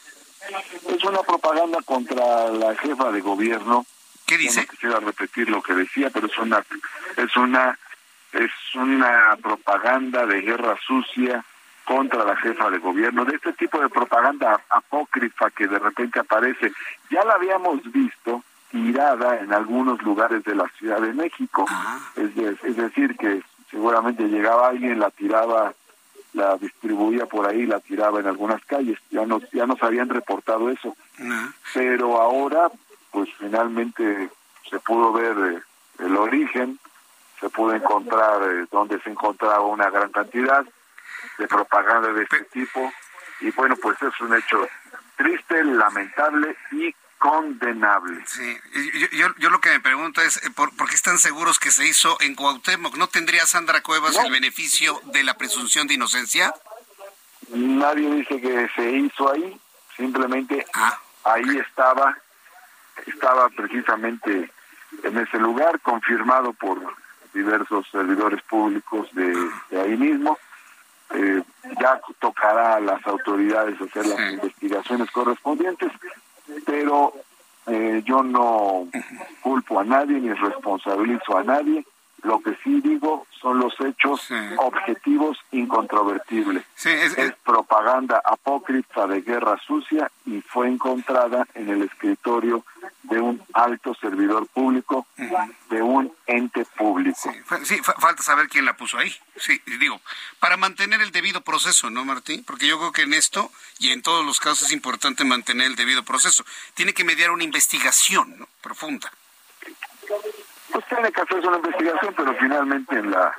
Es una propaganda contra la jefa de gobierno. ¿Qué dice? No quisiera repetir lo que decía, pero es una, es una, es una propaganda de guerra sucia contra la jefa de gobierno, de este tipo de propaganda apócrifa que de repente aparece. Ya la habíamos visto tirada en algunos lugares de la Ciudad de México, es, de, es decir, que seguramente llegaba alguien, la tiraba, la distribuía por ahí, la tiraba en algunas calles, ya nos, ya nos habían reportado eso, uh-huh. Pero ahora, pues finalmente se pudo ver eh, el origen, se pudo encontrar eh, donde se encontraba una gran cantidad de propaganda de este tipo, y bueno, pues es un hecho triste, lamentable y condenable. Sí, yo, yo, yo lo que me pregunto es, ¿por, ¿por qué están seguros que se hizo en Cuauhtémoc? ¿No tendría Sandra Cuevas no. el beneficio de la presunción de inocencia? Nadie dice que se hizo ahí, simplemente ah, ahí okay. estaba, estaba precisamente en ese lugar, confirmado por diversos servidores públicos de, de ahí mismo. Eh, ya tocará a las autoridades hacer las sí. investigaciones correspondientes, pero eh, yo no culpo a nadie ni responsabilizo a nadie. Lo que sí digo son los hechos sí. objetivos incontrovertibles. Sí, es, es propaganda apócrifa de guerra sucia y fue encontrada en el escritorio de un alto servidor público, uh-huh. de un ente público. Sí, sí, falta saber quién la puso ahí. Sí, digo, para mantener el debido proceso, ¿no, Martín? Porque yo creo que en esto y en todos los casos es importante mantener el debido proceso. Tiene que mediar una investigación, ¿no?, profunda. Pues tiene que hacerse una investigación, pero finalmente en la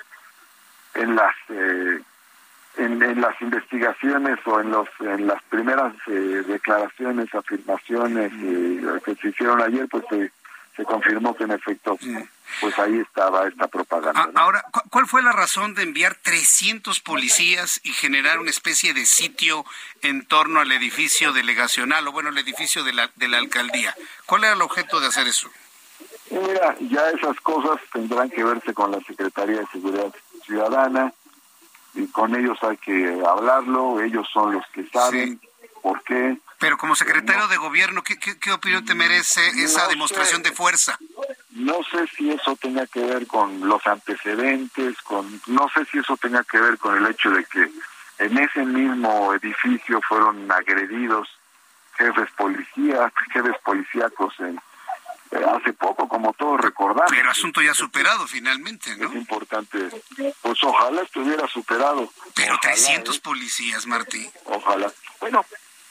en las eh, en, en las investigaciones o en los en las primeras eh, declaraciones, afirmaciones eh, que se hicieron ayer, pues se, se confirmó que en efecto pues ahí estaba esta propaganda, ¿no? Ahora, ¿cuál fue la razón de enviar trescientos policías y generar una especie de sitio en torno al edificio delegacional o bueno, el edificio de la de la alcaldía? ¿Cuál era el objeto de hacer eso? Mira, ya esas cosas tendrán que verse con la Secretaría de Seguridad Ciudadana y con ellos hay que hablarlo, ellos son los que saben sí. por qué. Pero como secretario no, de gobierno, ¿qué, qué, qué opinión te merece esa no demostración sé, de fuerza? No sé si eso tenga que ver con los antecedentes, con no sé si eso tenga que ver con el hecho de que en ese mismo edificio fueron agredidos jefes policías, jefes policíacos en hace poco, como todos recordamos. Pero asunto ya superado finalmente, ¿no? Es importante. Pues ojalá estuviera superado. Pero ojalá, trescientos ¿eh? policías, Martín. Ojalá. Bueno,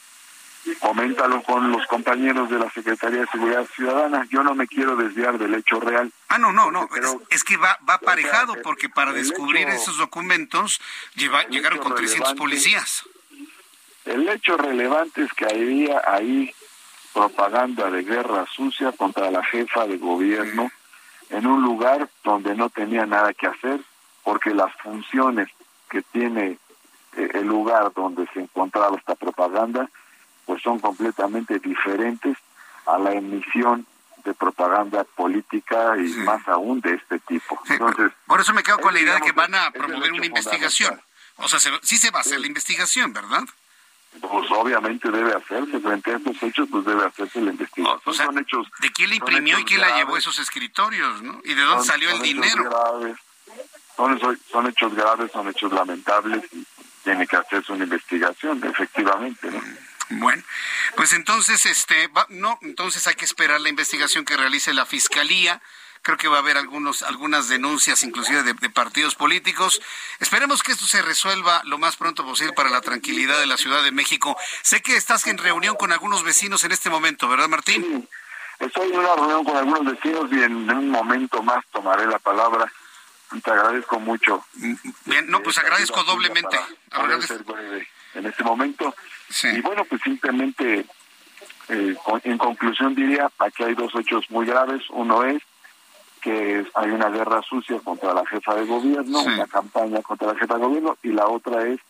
coméntalo con los compañeros de la Secretaría de Seguridad Ciudadana. Yo no me quiero desviar del hecho real. Ah, no, no, no. Pero, es, es que va, va aparejado, o sea, porque para descubrir hecho, esos documentos lleva, llegaron con trescientos policías. El hecho relevante es que había ahí propaganda de guerra sucia contra la jefa de gobierno en un lugar donde no tenía nada que hacer, porque las funciones que tiene eh, el lugar donde se encontraba esta propaganda pues son completamente diferentes a la emisión de propaganda política y sí. más aún de este tipo. Sí, entonces, por eso me quedo con la idea de que van a promover una investigación. O sea, se, sí se va a hacer sí. la investigación, ¿verdad? Pues obviamente debe hacerse, frente a estos hechos, pues debe hacerse la investigación. O sea, son hechos, ¿de quién le imprimió y quién graves, la llevó esos escritorios, no? ¿Y de dónde son, salió son el dinero? Graves, son, son hechos graves, son hechos lamentables y tiene que hacerse una investigación, efectivamente, ¿no? Bueno, pues entonces, este, va, no, entonces hay que esperar la investigación que realice la Fiscalía. Creo que va a haber algunos, algunas denuncias, inclusive de, de partidos políticos. Esperemos que esto se resuelva lo más pronto posible para la tranquilidad de la Ciudad de México. Sé que estás en reunión con algunos vecinos en este momento, ¿verdad, Martín? Sí, estoy en una reunión con algunos vecinos y en un momento más tomaré la palabra. Y te agradezco mucho. Bien, no, pues agradezco doblemente. Agradezco en este momento. Sí. Y bueno, pues simplemente, eh, en conclusión diría, aquí hay dos hechos muy graves. Uno es que hay una guerra sucia contra la jefa de gobierno, sí. una campaña contra la jefa de gobierno, y la otra es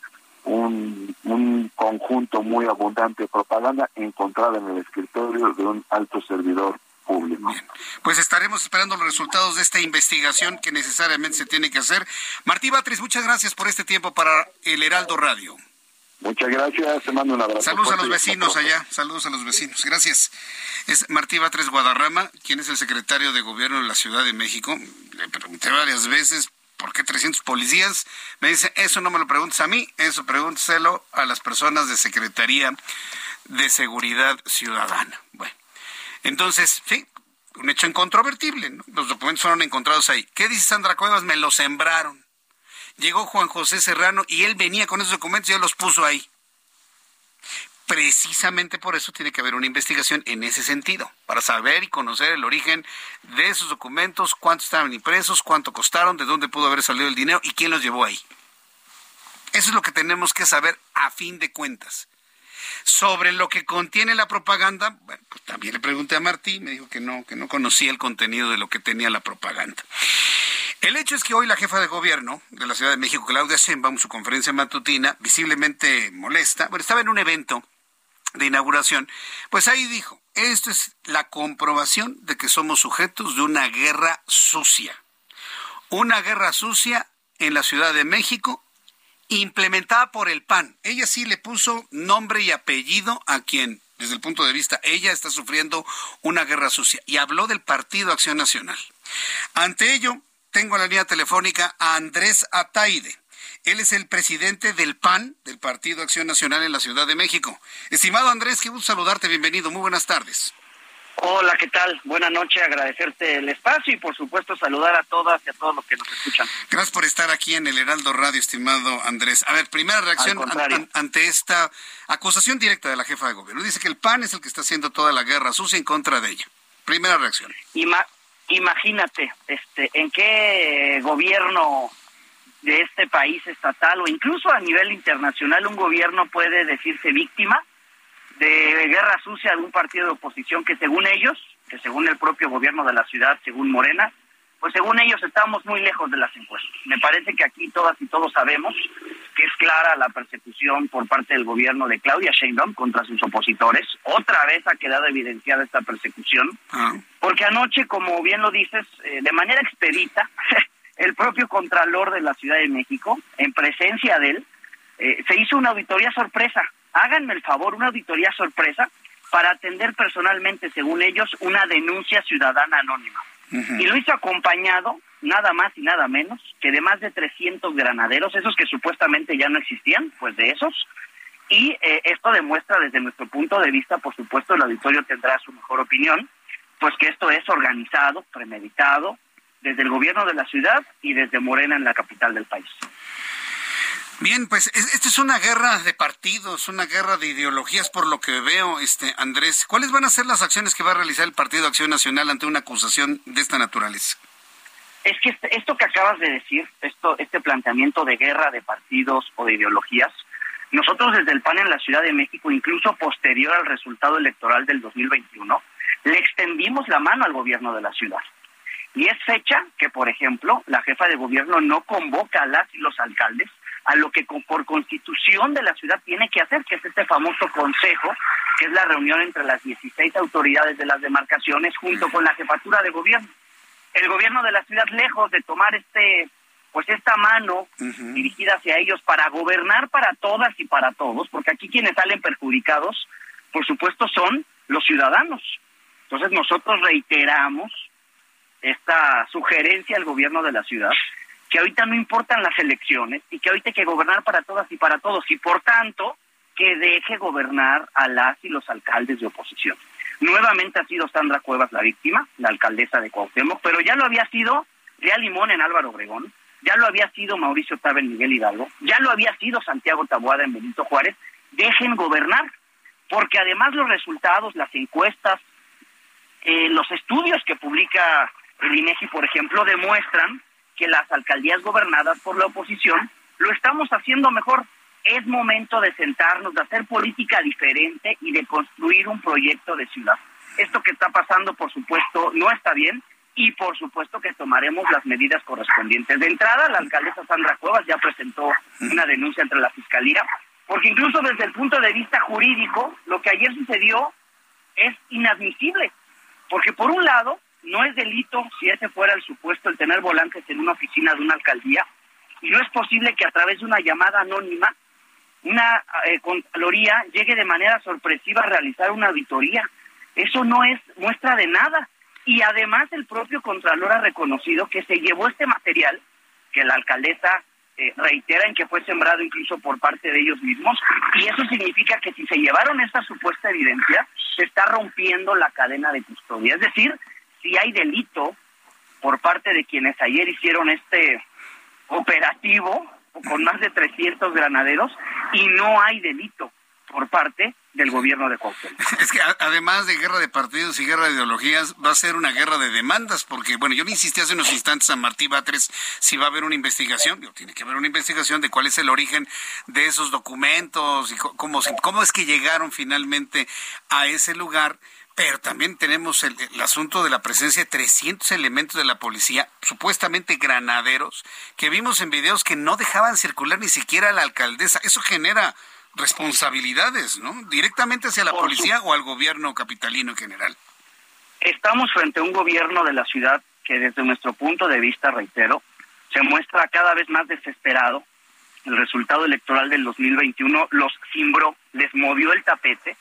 un, un conjunto muy abundante de propaganda encontrada en el escritorio de un alto servidor público. Bien. Pues estaremos esperando los resultados de esta investigación que necesariamente se tiene que hacer. Martí Batres, muchas gracias por este tiempo para el Heraldo Radio. Muchas gracias, te mando un abrazo. Saludos a los vecinos allá, saludos a los vecinos, gracias. Es Martí Batres Guadarrama, quien es el secretario de Gobierno de la Ciudad de México. Le pregunté varias veces, ¿por qué trescientos policías? Me dice, eso no me lo preguntes a mí, eso pregúnteselo a las personas de Secretaría de Seguridad Ciudadana. Bueno, entonces, sí, un hecho incontrovertible, ¿no? Los documentos fueron encontrados ahí. ¿Qué dice Sandra Cuevas? Me los sembraron. Llegó Juan José Serrano y él venía con esos documentos y él los puso ahí. Precisamente por eso tiene que haber una investigación en ese sentido, para saber y conocer el origen de esos documentos, cuántos estaban impresos, cuánto costaron, de dónde pudo haber salido el dinero y quién los llevó ahí. Eso es lo que tenemos que saber a fin de cuentas. Sobre lo que contiene la propaganda, bueno, pues también le pregunté a Martí, me dijo que no, que no conocía el contenido de lo que tenía la propaganda. El hecho es que hoy la jefa de gobierno de la Ciudad de México, Claudia Sheinbaum, su conferencia matutina, visiblemente molesta, bueno, estaba en un evento de inauguración, pues ahí dijo, esto es la comprobación de que somos sujetos de una guerra sucia. Una guerra sucia en la Ciudad de México, implementada por el P A N. Ella sí le puso nombre y apellido a quien, desde el punto de vista, ella está sufriendo una guerra sucia. Y habló del Partido Acción Nacional. Ante ello, Tengo en la línea telefónica a Andrés Ataide. Él es el presidente del P A N, del Partido Acción Nacional en la Ciudad de México. Estimado Andrés, qué gusto saludarte, bienvenido, muy buenas tardes. Hola, ¿qué tal? Buenas noches, agradecerte el espacio y por supuesto saludar a todas y a todos los que nos escuchan. Gracias por estar aquí en el Heraldo Radio, estimado Andrés. A ver, primera reacción an, an, ante esta acusación directa de la jefa de gobierno. Dice que el P A N es el que está haciendo toda la guerra sucia en contra de ella. Primera reacción. Ima- imagínate, este, en qué gobierno de este país estatal o incluso a nivel internacional un gobierno puede decirse víctima de guerra sucia de un partido de oposición que según ellos, que según el propio gobierno de la ciudad, según Morena, pues según ellos estamos muy lejos de las encuestas. Me parece que aquí todas y todos sabemos que es clara la persecución por parte del gobierno de Claudia Sheinbaum contra sus opositores. Otra vez ha quedado evidenciada esta persecución, ah. porque anoche, como bien lo dices, eh, de manera expedita, el propio Contralor de la Ciudad de México, en presencia de él, eh, se hizo una auditoría sorpresa. Háganme el favor, una auditoría sorpresa para atender personalmente, según ellos, una denuncia ciudadana anónima. Uh-huh. Y lo hizo acompañado, nada más y nada menos, que de más de trescientos granaderos, esos que supuestamente ya no existían, pues de esos. Y eh, esto demuestra desde nuestro punto de vista, por supuesto, el auditorio tendrá su mejor opinión, pues que esto es organizado, premeditado, desde el gobierno de la ciudad y desde Morena en la capital del país. Bien, pues esta es una guerra de partidos, una guerra de ideologías por lo que veo, este Andrés. ¿Cuáles van a ser las acciones que va a realizar el Partido Acción Nacional ante una acusación de esta naturaleza? Es que esto que acabas de decir, esto, este planteamiento de guerra de partidos o de ideologías, nosotros desde el P A N en la Ciudad de México, incluso posterior al resultado electoral del dos mil veintiuno, le extendimos la mano al gobierno de la ciudad. Y es fecha que, por ejemplo, la jefa de gobierno no convoca a las y los alcaldes a lo que por constitución de la ciudad tiene que hacer, que es este famoso consejo, que es la reunión entre las dieciséis autoridades de las demarcaciones junto con la jefatura de gobierno. El gobierno de la ciudad, lejos de tomar este, pues esta mano uh-huh. dirigida hacia ellos para gobernar para todas y para todos, porque aquí quienes salen perjudicados, por supuesto, son los ciudadanos. Entonces nosotros reiteramos esta sugerencia al gobierno de la ciudad, que ahorita no importan las elecciones y que ahorita hay que gobernar para todas y para todos y por tanto que deje gobernar a las y los alcaldes de oposición. Nuevamente ha sido Sandra Cuevas la víctima, la alcaldesa de Cuauhtémoc, pero ya lo había sido Lea Limón en Álvaro Obregón, ya lo había sido Mauricio Tabe en Miguel Hidalgo, ya lo había sido Santiago Taboada en Benito Juárez. Dejen gobernar, porque además los resultados, las encuestas, eh, los estudios que publica el INEGI, por ejemplo, demuestran que las alcaldías gobernadas por la oposición lo estamos haciendo mejor. Es momento de sentarnos, de hacer política diferente y de construir un proyecto de ciudad. Esto que está pasando, por supuesto, no está bien y por supuesto que tomaremos las medidas correspondientes. De entrada, la alcaldesa Sandra Cuevas ya presentó una denuncia ante la Fiscalía, porque incluso desde el punto de vista jurídico, lo que ayer sucedió es inadmisible, porque por un lado, no es delito, si ese fuera el supuesto, el tener volantes en una oficina de una alcaldía, y no es posible que a través de una llamada anónima, una eh, Contraloría llegue de manera sorpresiva a realizar una auditoría. Eso no es muestra de nada. Y además el propio Contralor ha reconocido que se llevó este material, que la alcaldesa eh, reitera en que fue sembrado incluso por parte de ellos mismos, y eso significa que si se llevaron esta supuesta evidencia, se está rompiendo la cadena de custodia. Es decir, si hay delito por parte de quienes ayer hicieron este operativo con más de trescientos granaderos y no hay delito por parte del gobierno de Cuauhtémoc. Es que a, además de guerra de partidos y guerra de ideologías, va a ser una guerra de demandas, porque, bueno, yo le insistí hace unos instantes a Martí Batres si va a haber una investigación. Digo, tiene que haber una investigación de cuál es el origen de esos documentos y cómo, cómo es que llegaron finalmente a ese lugar. Pero también tenemos el, el asunto de la presencia de trescientos elementos de la policía, supuestamente granaderos, que vimos en videos que no dejaban circular ni siquiera a la alcaldesa. Eso genera responsabilidades, ¿no? Directamente hacia la policía o al gobierno capitalino en general. Estamos frente a un gobierno de la ciudad que desde nuestro punto de vista, reitero, se muestra cada vez más desesperado. El resultado electoral del dos mil veintiuno los cimbró, les movió el tapete.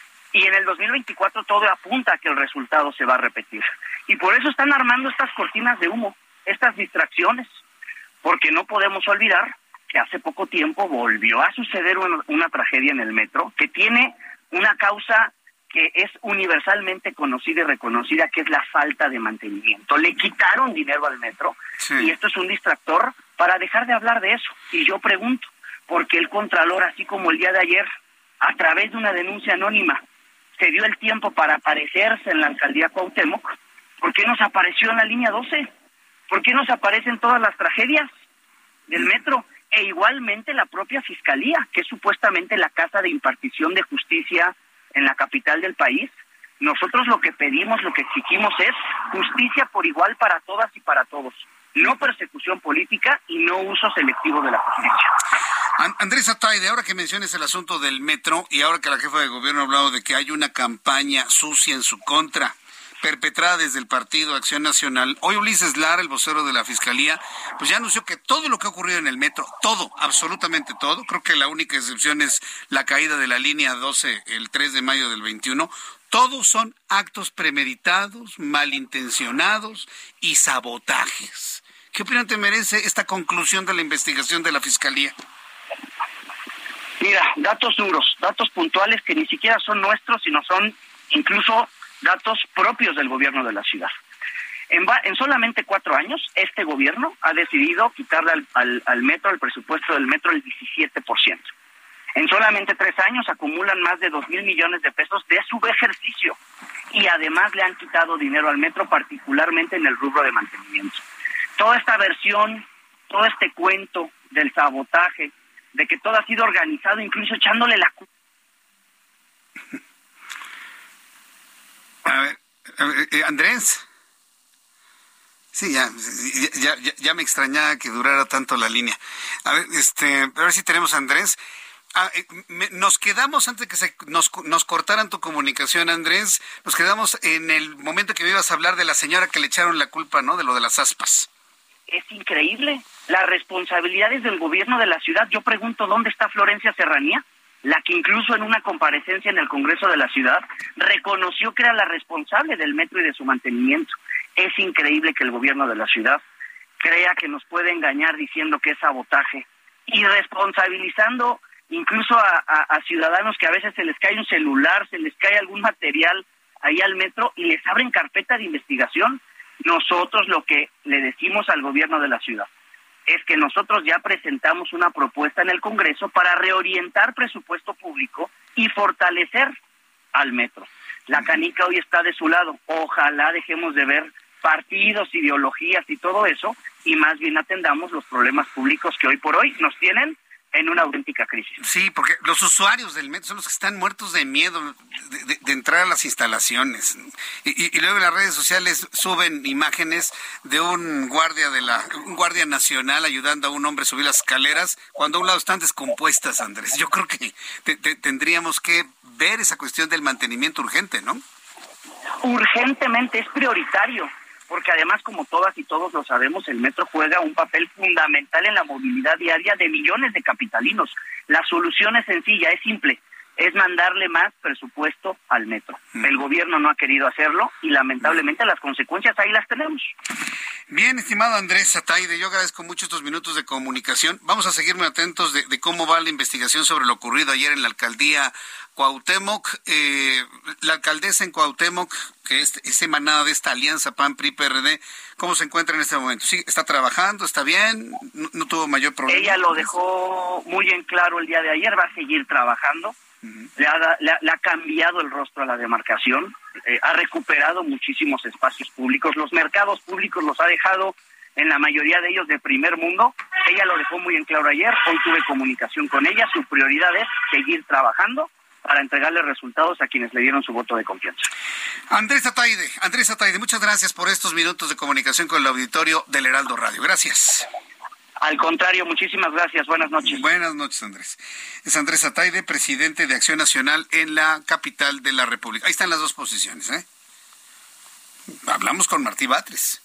Y en el dos mil veinticuatro todo apunta a que el resultado se va a repetir. Y por eso están armando estas cortinas de humo. estas distracciones, porque no podemos olvidar que hace poco tiempo volvió a suceder una, una tragedia en el metro que tiene una causa que es universalmente conocida y reconocida, que es la falta de mantenimiento. Le quitaron dinero al metro, sí, y esto es un distractor para dejar de hablar de eso. Y yo pregunto, ¿por qué el Contralor, así como el día de ayer, a través de una denuncia anónima, se dio el tiempo para aparecerse en la alcaldía Cuauhtémoc? ¿Por qué nos apareció en la línea doce? ¿Por qué nos aparecen todas las tragedias del metro? E igualmente la propia Fiscalía, que es supuestamente la casa de impartición de justicia en la capital del país. Nosotros lo que pedimos, lo que exigimos es justicia por igual para todas y para todos. No persecución política y no uso selectivo de la justicia. Andrés Ataide, ahora que menciones el asunto del metro y ahora que la jefa de gobierno ha hablado de que hay una campaña sucia en su contra, perpetrada desde el Partido Acción Nacional, hoy Ulises Lara, el vocero de la Fiscalía, pues ya anunció que todo lo que ha ocurrido en el metro, todo, absolutamente todo, creo que la única excepción es la caída de la línea doce el tres de mayo del veintiuno, todos son actos premeditados, malintencionados y sabotajes. ¿Qué opinión te merece esta conclusión de la investigación de la Fiscalía? Mira, datos duros, datos puntuales que ni siquiera son nuestros, sino son incluso datos propios del gobierno de la ciudad. En, en solamente cuatro años, este gobierno ha decidido quitarle al, al, al metro, al presupuesto del metro, el diecisiete por ciento. En solamente tres años acumulan más de dos mil millones de pesos de su ejercicio. Y además le han quitado dinero al metro, particularmente en el rubro de mantenimiento. Toda esta versión, todo este cuento del sabotaje, de que todo ha sido organizado, incluso echándole la culpa. A ver, a ver eh, Andrés. Sí, ya, ya, ya, ya me extrañaba que durara tanto la línea. A ver, este, a ver si tenemos a Andrés. Ah, eh, me, nos quedamos antes de que se, nos, nos cortaran tu comunicación, Andrés. Nos quedamos en el momento que me ibas a hablar de la señora que le echaron la culpa, ¿no? De lo de las aspas. Es increíble. Las responsabilidades del gobierno de la ciudad. Yo pregunto, ¿dónde está Florencia Serranía? La que incluso en una comparecencia en el Congreso de la Ciudad reconoció que era la responsable del metro y de su mantenimiento. Es increíble que el gobierno de la ciudad crea que nos puede engañar diciendo que es sabotaje y responsabilizando incluso a, a, a ciudadanos que a veces se les cae un celular, se les cae algún material ahí al metro y les abren carpeta de investigación. Nosotros lo que le decimos al gobierno de la ciudad es que nosotros ya presentamos una propuesta en el Congreso para reorientar presupuesto público y fortalecer al metro. La canica hoy está de su lado. Ojalá dejemos de ver partidos, ideologías y todo eso, y más bien atendamos los problemas públicos que hoy por hoy nos tienen en una auténtica crisis. Sí, porque los usuarios del metro son los que están muertos de miedo de, de, de entrar a las instalaciones. Y, y, y luego en las redes sociales suben imágenes de un guardia de la un guardia nacional ayudando a un hombre a subir las escaleras cuando a un lado están descompuestas, Andrés. Yo creo que te, te, tendríamos que ver esa cuestión del mantenimiento urgente, ¿no? Urgentemente, es prioritario. Porque además, como todas y todos lo sabemos, el metro juega un papel fundamental en la movilidad diaria de millones de capitalinos. La solución es sencilla, es simple, es mandarle más presupuesto al metro. El gobierno no ha querido hacerlo y lamentablemente las consecuencias ahí las tenemos. Bien, estimado Andrés Ataide, yo agradezco mucho estos minutos de comunicación. Vamos a seguir muy atentos de, de cómo va la investigación sobre lo ocurrido ayer en la alcaldía Cuauhtémoc. Eh, la alcaldesa en Cuauhtémoc, que es, es emanada de esta alianza P A N P R I P R D, ¿cómo se encuentra en este momento? ¿Sí, está trabajando? ¿Está bien? ¿No, no tuvo mayor problema? Ella lo dejó muy en claro el día de ayer, va a seguir trabajando. Uh-huh. Le, ha, le, le ha cambiado el rostro a la demarcación, eh, ha recuperado muchísimos espacios públicos, los mercados públicos los ha dejado en la mayoría de ellos de primer mundo. Ella lo dejó muy en claro ayer, hoy tuve comunicación con ella, su prioridad es seguir trabajando para entregarle resultados a quienes le dieron su voto de confianza. Andrés Ataide, Andrés Ataide, muchas gracias por estos minutos de comunicación con el auditorio del Heraldo Radio. Gracias. Al contrario, muchísimas gracias. Buenas noches. Buenas noches, Andrés. Es Andrés Ataide, presidente de Acción Nacional en la capital de la República. Ahí están las dos posiciones, ¿eh? Hablamos con Martí Batres.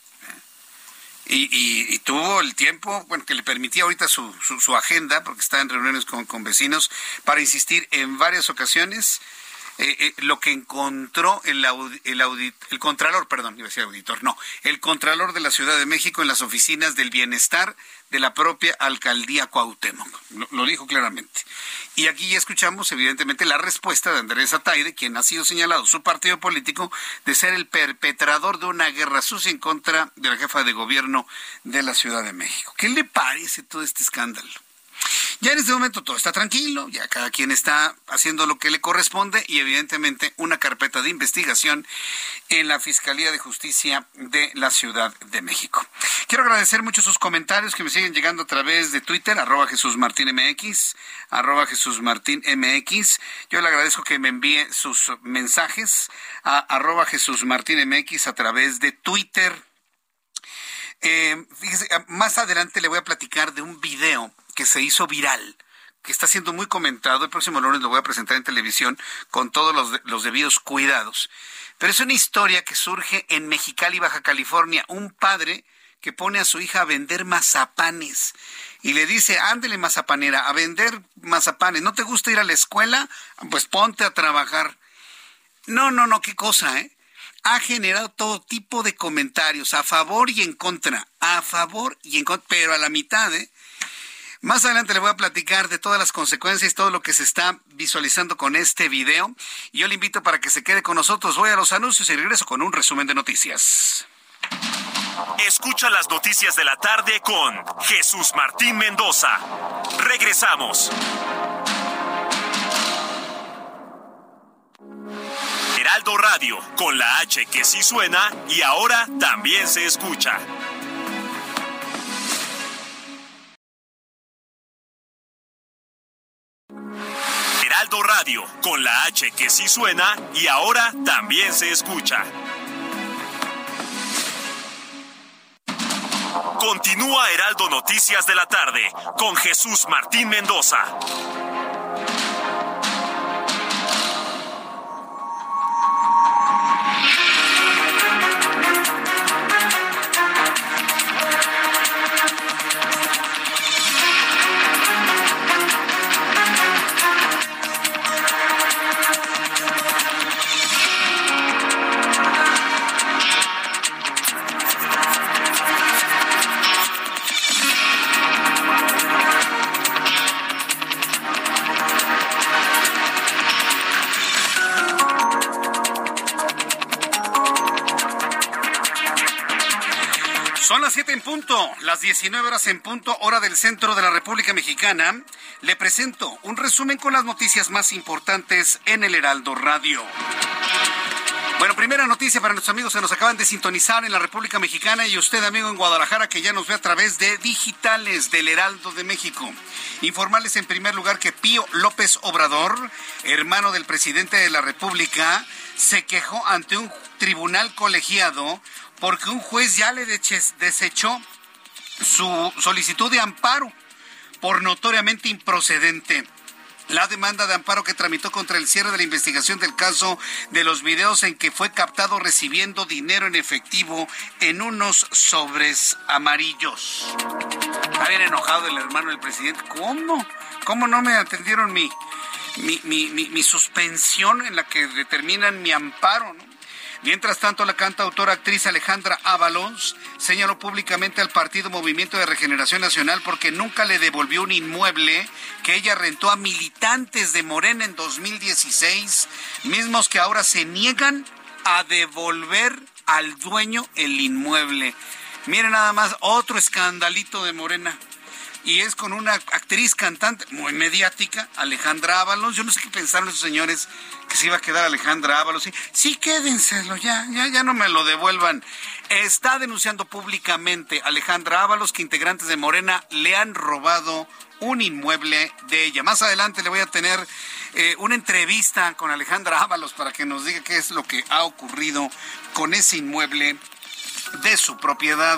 Y, y, y tuvo el tiempo, bueno, que le permitía ahorita su, su, su agenda, porque está en reuniones con, con vecinos, para insistir en varias ocasiones eh, eh, lo que encontró el, audi, el, audit, el contralor, perdón, iba a decir auditor, no, el contralor de la Ciudad de México en las oficinas del bienestar de la propia alcaldía Cuauhtémoc. Lo, lo dijo claramente. Y aquí ya escuchamos, evidentemente, la respuesta de Andrés Ataide, quien ha sido señalado, su partido político, de ser el perpetrador de una guerra sucia en contra de la jefa de gobierno de la Ciudad de México. ¿Qué le parece todo este escándalo? Ya en este momento todo está tranquilo, ya cada quien está haciendo lo que le corresponde y evidentemente una carpeta de investigación en la Fiscalía de Justicia de la Ciudad de México. Quiero agradecer mucho sus comentarios que me siguen llegando a través de Twitter, arroba Jesús Martín M X, arroba Jesús Martín M X. Yo le agradezco que me envíe sus mensajes a arroba Jesús Martín M X a través de Twitter. Eh, fíjese, más adelante le voy a platicar de un video que se hizo viral, que está siendo muy comentado. El próximo lunes lo voy a presentar en televisión con todos los, los debidos cuidados. Pero es una historia que surge en Mexicali, Baja California. Un padre que pone a su hija a vender mazapanes y le dice, ándele mazapanera, a vender mazapanes. ¿No te gusta ir a la escuela? Pues ponte a trabajar. No, no, no, qué cosa, ¿eh? Ha generado todo tipo de comentarios a favor y en contra, a favor y en contra, pero a la mitad, ¿eh? Más adelante le voy a platicar de todas las consecuencias, todo lo que se está visualizando con este video. Y yo le invito para que se quede con nosotros. Voy a los anuncios y regreso con un resumen de noticias. Escucha las noticias de la tarde con Jesús Martín Mendoza. Regresamos. Heraldo Radio, con la H que sí suena y ahora también se escucha. Heraldo Radio, con la H que sí suena y ahora también se escucha. Continúa Heraldo Noticias de la tarde con Jesús Martín Mendoza. Son las siete en punto, las diecinueve horas en punto, hora del centro de la República Mexicana. Le presento un resumen con las noticias más importantes en el Heraldo Radio. Bueno, primera noticia para nuestros amigos que nos acaban de sintonizar en la República Mexicana y usted, amigo en Guadalajara, que ya nos ve a través de digitales del Heraldo de México. Informarles en primer lugar que Pío López Obrador, hermano del presidente de la República, se quejó ante un tribunal colegiado porque un juez ya le desechó su solicitud de amparo por notoriamente improcedente. La demanda de amparo que tramitó contra el cierre de la investigación del caso de los videos en que fue captado recibiendo dinero en efectivo en unos sobres amarillos. Está bien enojado el hermano del presidente. ¿Cómo? ¿Cómo no me atendieron mi, mi, mi, mi, mi suspensión en la que determinan mi amparo, ¿no? Mientras tanto, la cantautora actriz Alejandra Ábalos señaló públicamente al partido Movimiento de Regeneración Nacional porque nunca le devolvió un inmueble que ella rentó a militantes de Morena en dos mil dieciséis, mismos que ahora se niegan a devolver al dueño el inmueble. Miren nada más, otro escandalito de Morena. Y es con una actriz cantante muy mediática, Alejandra Ábalos. Yo no sé qué pensaron esos señores que se iba a quedar Alejandra Ábalos. Sí, sí, quédenselo, ya, ya, ya no me lo devuelvan. Está denunciando públicamente Alejandra Ábalos que integrantes de Morena le han robado un inmueble de ella. Más adelante le voy a tener eh, una entrevista con Alejandra Ábalos para que nos diga qué es lo que ha ocurrido con ese inmueble de su propiedad.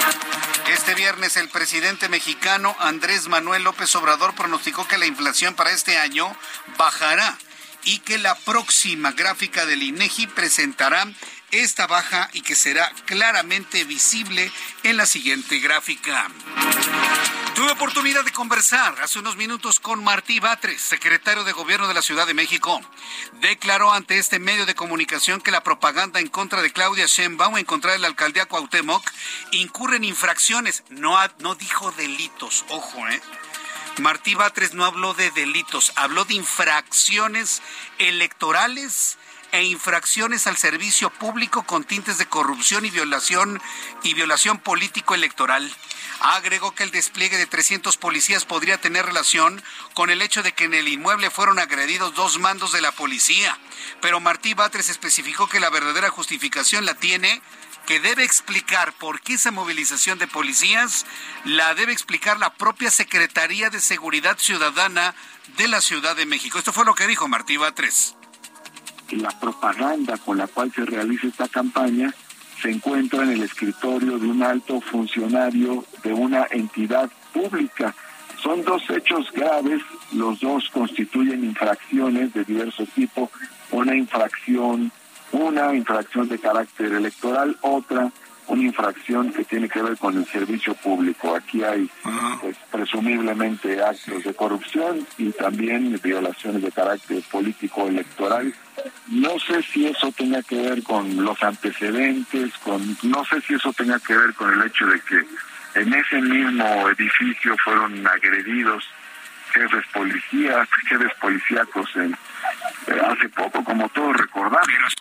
Este viernes el presidente mexicano Andrés Manuel López Obrador pronosticó que la inflación para este año bajará y que la próxima gráfica del INEGI presentará esta baja y que será claramente visible en la siguiente gráfica. Tuve oportunidad de conversar hace unos minutos con Martí Batres, secretario de Gobierno de la Ciudad de México. Declaró ante este medio de comunicación que la propaganda en contra de Claudia Sheinbaum, en contra de la alcaldía Cuauhtémoc, incurre en infracciones. No, no dijo delitos, ojo, ¿eh? Martí Batres no habló de delitos, habló de infracciones electorales e infracciones al servicio público con tintes de corrupción y violación y violación político-electoral. Agregó que el despliegue de trescientos policías podría tener relación con el hecho de que en el inmueble fueron agredidos dos mandos de la policía. Pero Martí Batres especificó que la verdadera justificación la tiene, que debe explicar por qué esa movilización de policías la debe explicar la propia Secretaría de Seguridad Ciudadana de la Ciudad de México. Esto fue lo que dijo Martí Batres. La propaganda con la cual se realiza esta campaña se encuentra en el escritorio de un alto funcionario de una entidad pública. Son dos hechos graves, los dos constituyen infracciones de diverso tipo, una infracción, una infracción de carácter electoral, otra una infracción que tiene que ver con el servicio público. Aquí hay pues, presumiblemente actos de corrupción y también violaciones de carácter político electoral. No sé si eso tenga que ver con los antecedentes, con no sé si eso tenga que ver con el hecho de que en ese mismo edificio fueron agredidos jefes policías, jefes policíacos en, eh, hace poco, como todos recordamos.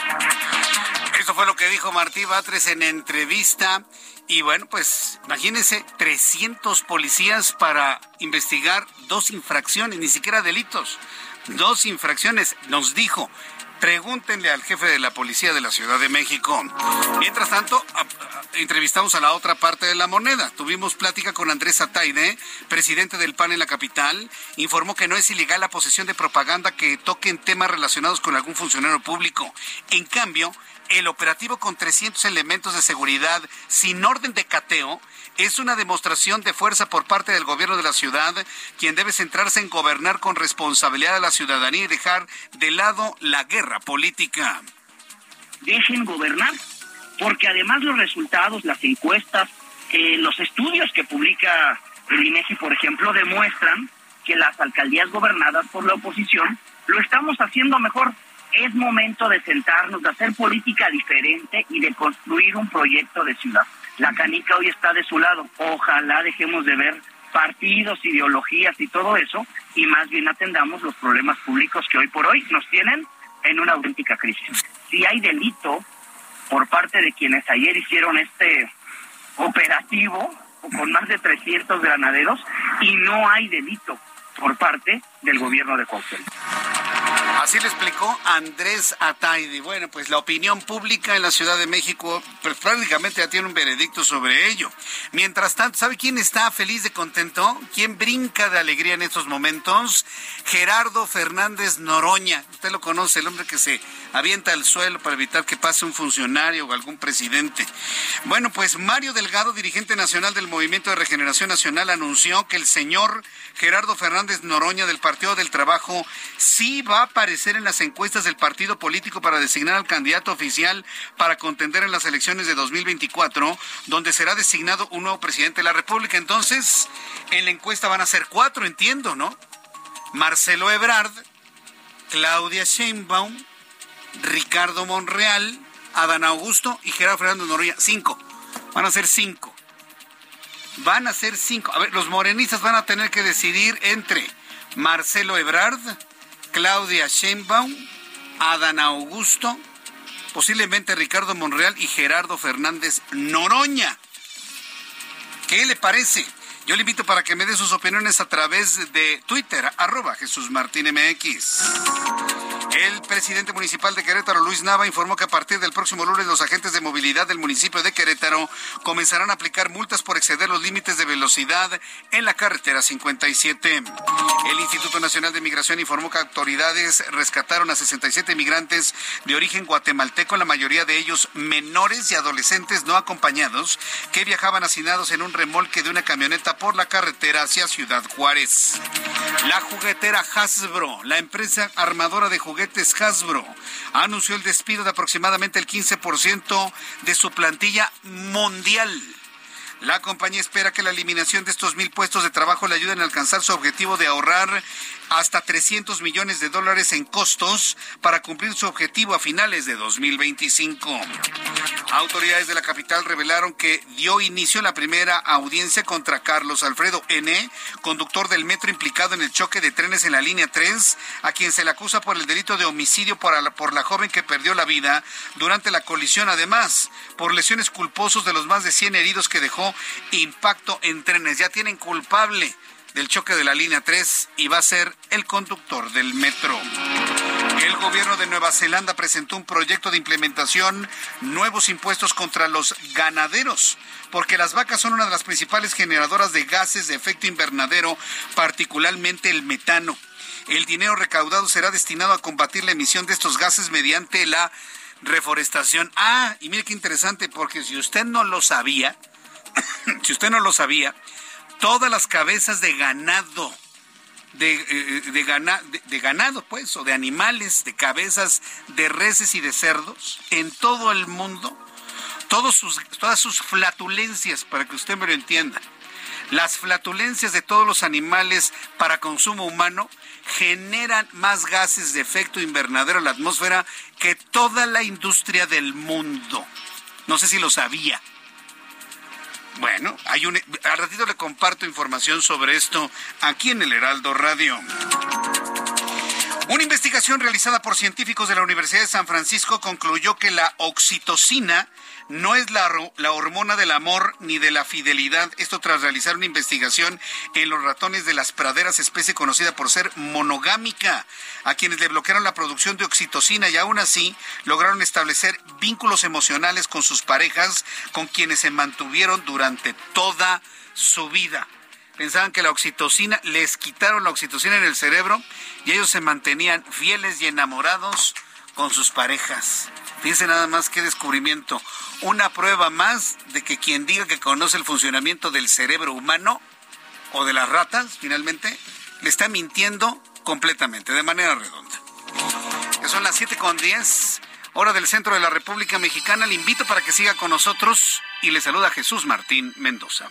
Eso fue lo que dijo Martí Batres en entrevista. Y bueno, pues imagínense, trescientos policías para investigar dos infracciones, ni siquiera delitos, dos infracciones, nos dijo. Pregúntenle al jefe de la policía de la Ciudad de México. Mientras tanto, a, a, entrevistamos a la otra parte de la moneda. Tuvimos plática con Andrés Ataide, presidente del P A N en la capital. Informó que no es ilegal la posesión de propaganda que toquen temas relacionados con algún funcionario público. En cambio, el operativo con trescientos elementos de seguridad sin orden de cateo es una demostración de fuerza por parte del gobierno de la ciudad, quien debe centrarse en gobernar con responsabilidad a la ciudadanía y dejar de lado la guerra política. Dejen gobernar, porque además los resultados, las encuestas, eh, los estudios que publica el INEGI, por ejemplo, demuestran que las alcaldías gobernadas por la oposición lo estamos haciendo mejor. Es momento de sentarnos, de hacer política diferente y de construir un proyecto de ciudad. La canica hoy está de su lado. Ojalá dejemos de ver partidos, ideologías y todo eso, y más bien atendamos los problemas públicos que hoy por hoy nos tienen en una auténtica crisis. Si hay delito por parte de quienes ayer hicieron este operativo con más de trescientos granaderos, y no hay delito por parte del gobierno de Cuauhtémoc. Así le explicó Andrés Ataide. Bueno, pues la opinión pública en la Ciudad de México pues, prácticamente ya tiene un veredicto sobre ello. Mientras tanto, ¿sabe quién está feliz de contento? ¿Quién brinca de alegría en estos momentos? Gerardo Fernández Noroña. Usted lo conoce, el hombre que se avienta al suelo para evitar que pase un funcionario o algún presidente. Bueno, pues Mario Delgado, dirigente nacional del Movimiento de Regeneración Nacional, anunció que el señor Gerardo Fernández Noroña del Partido del Trabajo sí va a aparecer en las encuestas del partido político para designar al candidato oficial para contender en las elecciones de dos mil veinticuatro, donde será designado un nuevo presidente de la República. Entonces, en la encuesta van a ser cuatro, entiendo, ¿no? Marcelo Ebrard, Claudia Sheinbaum, Ricardo Monreal, Adán Augusto y Gerardo Fernández Noroña. Cinco. Van a ser cinco. Van a ser cinco. A ver, los morenistas van a tener que decidir entre Marcelo Ebrard, Claudia Sheinbaum, Adán Augusto, posiblemente Ricardo Monreal y Gerardo Fernández Noroña. ¿Qué le parece? Yo le invito para que me dé sus opiniones a través de Twitter, arroba Jesús Martín M X. El presidente municipal de Querétaro, Luis Nava, informó que a partir del próximo lunes los agentes de movilidad del municipio de Querétaro comenzarán a aplicar multas por exceder los límites de velocidad en la carretera cincuenta y siete. El Instituto Nacional de Migración informó que autoridades rescataron a sesenta y siete migrantes de origen guatemalteco, la mayoría de ellos menores y adolescentes no acompañados, que viajaban hacinados en un remolque de una camioneta por la carretera hacia Ciudad Juárez. La juguetera Hasbro, la empresa armadora de juguetes Hasbro, anunció el despido de aproximadamente el quince por ciento de su plantilla mundial. La compañía espera que la eliminación de estos mil puestos de trabajo le ayuden a alcanzar su objetivo de ahorrar hasta trescientos millones de dólares en costos para cumplir su objetivo a finales de dos mil veinticinco. Autoridades de la capital revelaron que dio inicio la primera audiencia contra Carlos Alfredo N., conductor del metro implicado en el choque de trenes en la línea tres, a quien se le acusa por el delito de homicidio por la, por la joven que perdió la vida durante la colisión, además por lesiones culposos de los más de cien heridos que dejó impacto en trenes. Ya tienen culpable del choque de la línea tres y va a ser el conductor del metro. El gobierno de Nueva Zelanda presentó un proyecto de implementación nuevos impuestos contra los ganaderos, porque las vacas son una de las principales generadoras de gases de efecto invernadero, particularmente el metano. El dinero recaudado será destinado a combatir la emisión de estos gases mediante la reforestación. Ah, y mire qué interesante, porque si usted no lo sabía, si usted no lo sabía, todas las cabezas de ganado, de, de, gana, de, de ganado, pues, o de animales, de cabezas de reses y de cerdos, en todo el mundo, todos sus, todas sus flatulencias, para que usted me lo entienda, las flatulencias de todos los animales para consumo humano generan más gases de efecto invernadero en la atmósfera que toda la industria del mundo. No sé si lo sabía. Bueno, hay un, al ratito le comparto información sobre esto aquí en el Heraldo Radio. Una investigación realizada por científicos de la Universidad de San Francisco concluyó que la oxitocina no es la, la hormona del amor ni de la fidelidad. Esto tras realizar una investigación en los ratones de las praderas, especie conocida por ser monogámica, a quienes le bloquearon la producción de oxitocina y aún así lograron establecer vínculos emocionales con sus parejas, con quienes se mantuvieron durante toda su vida. Pensaban que la oxitocina, les quitaron la oxitocina en el cerebro y ellos se mantenían fieles y enamorados con sus parejas. Fíjense nada más qué descubrimiento. Una prueba más de que quien diga que conoce el funcionamiento del cerebro humano o de las ratas, finalmente, le está mintiendo completamente, de manera redonda. Que son las siete con diez, hora del centro de la República Mexicana. Le invito para que siga con nosotros y le saluda Jesús Martín Mendoza.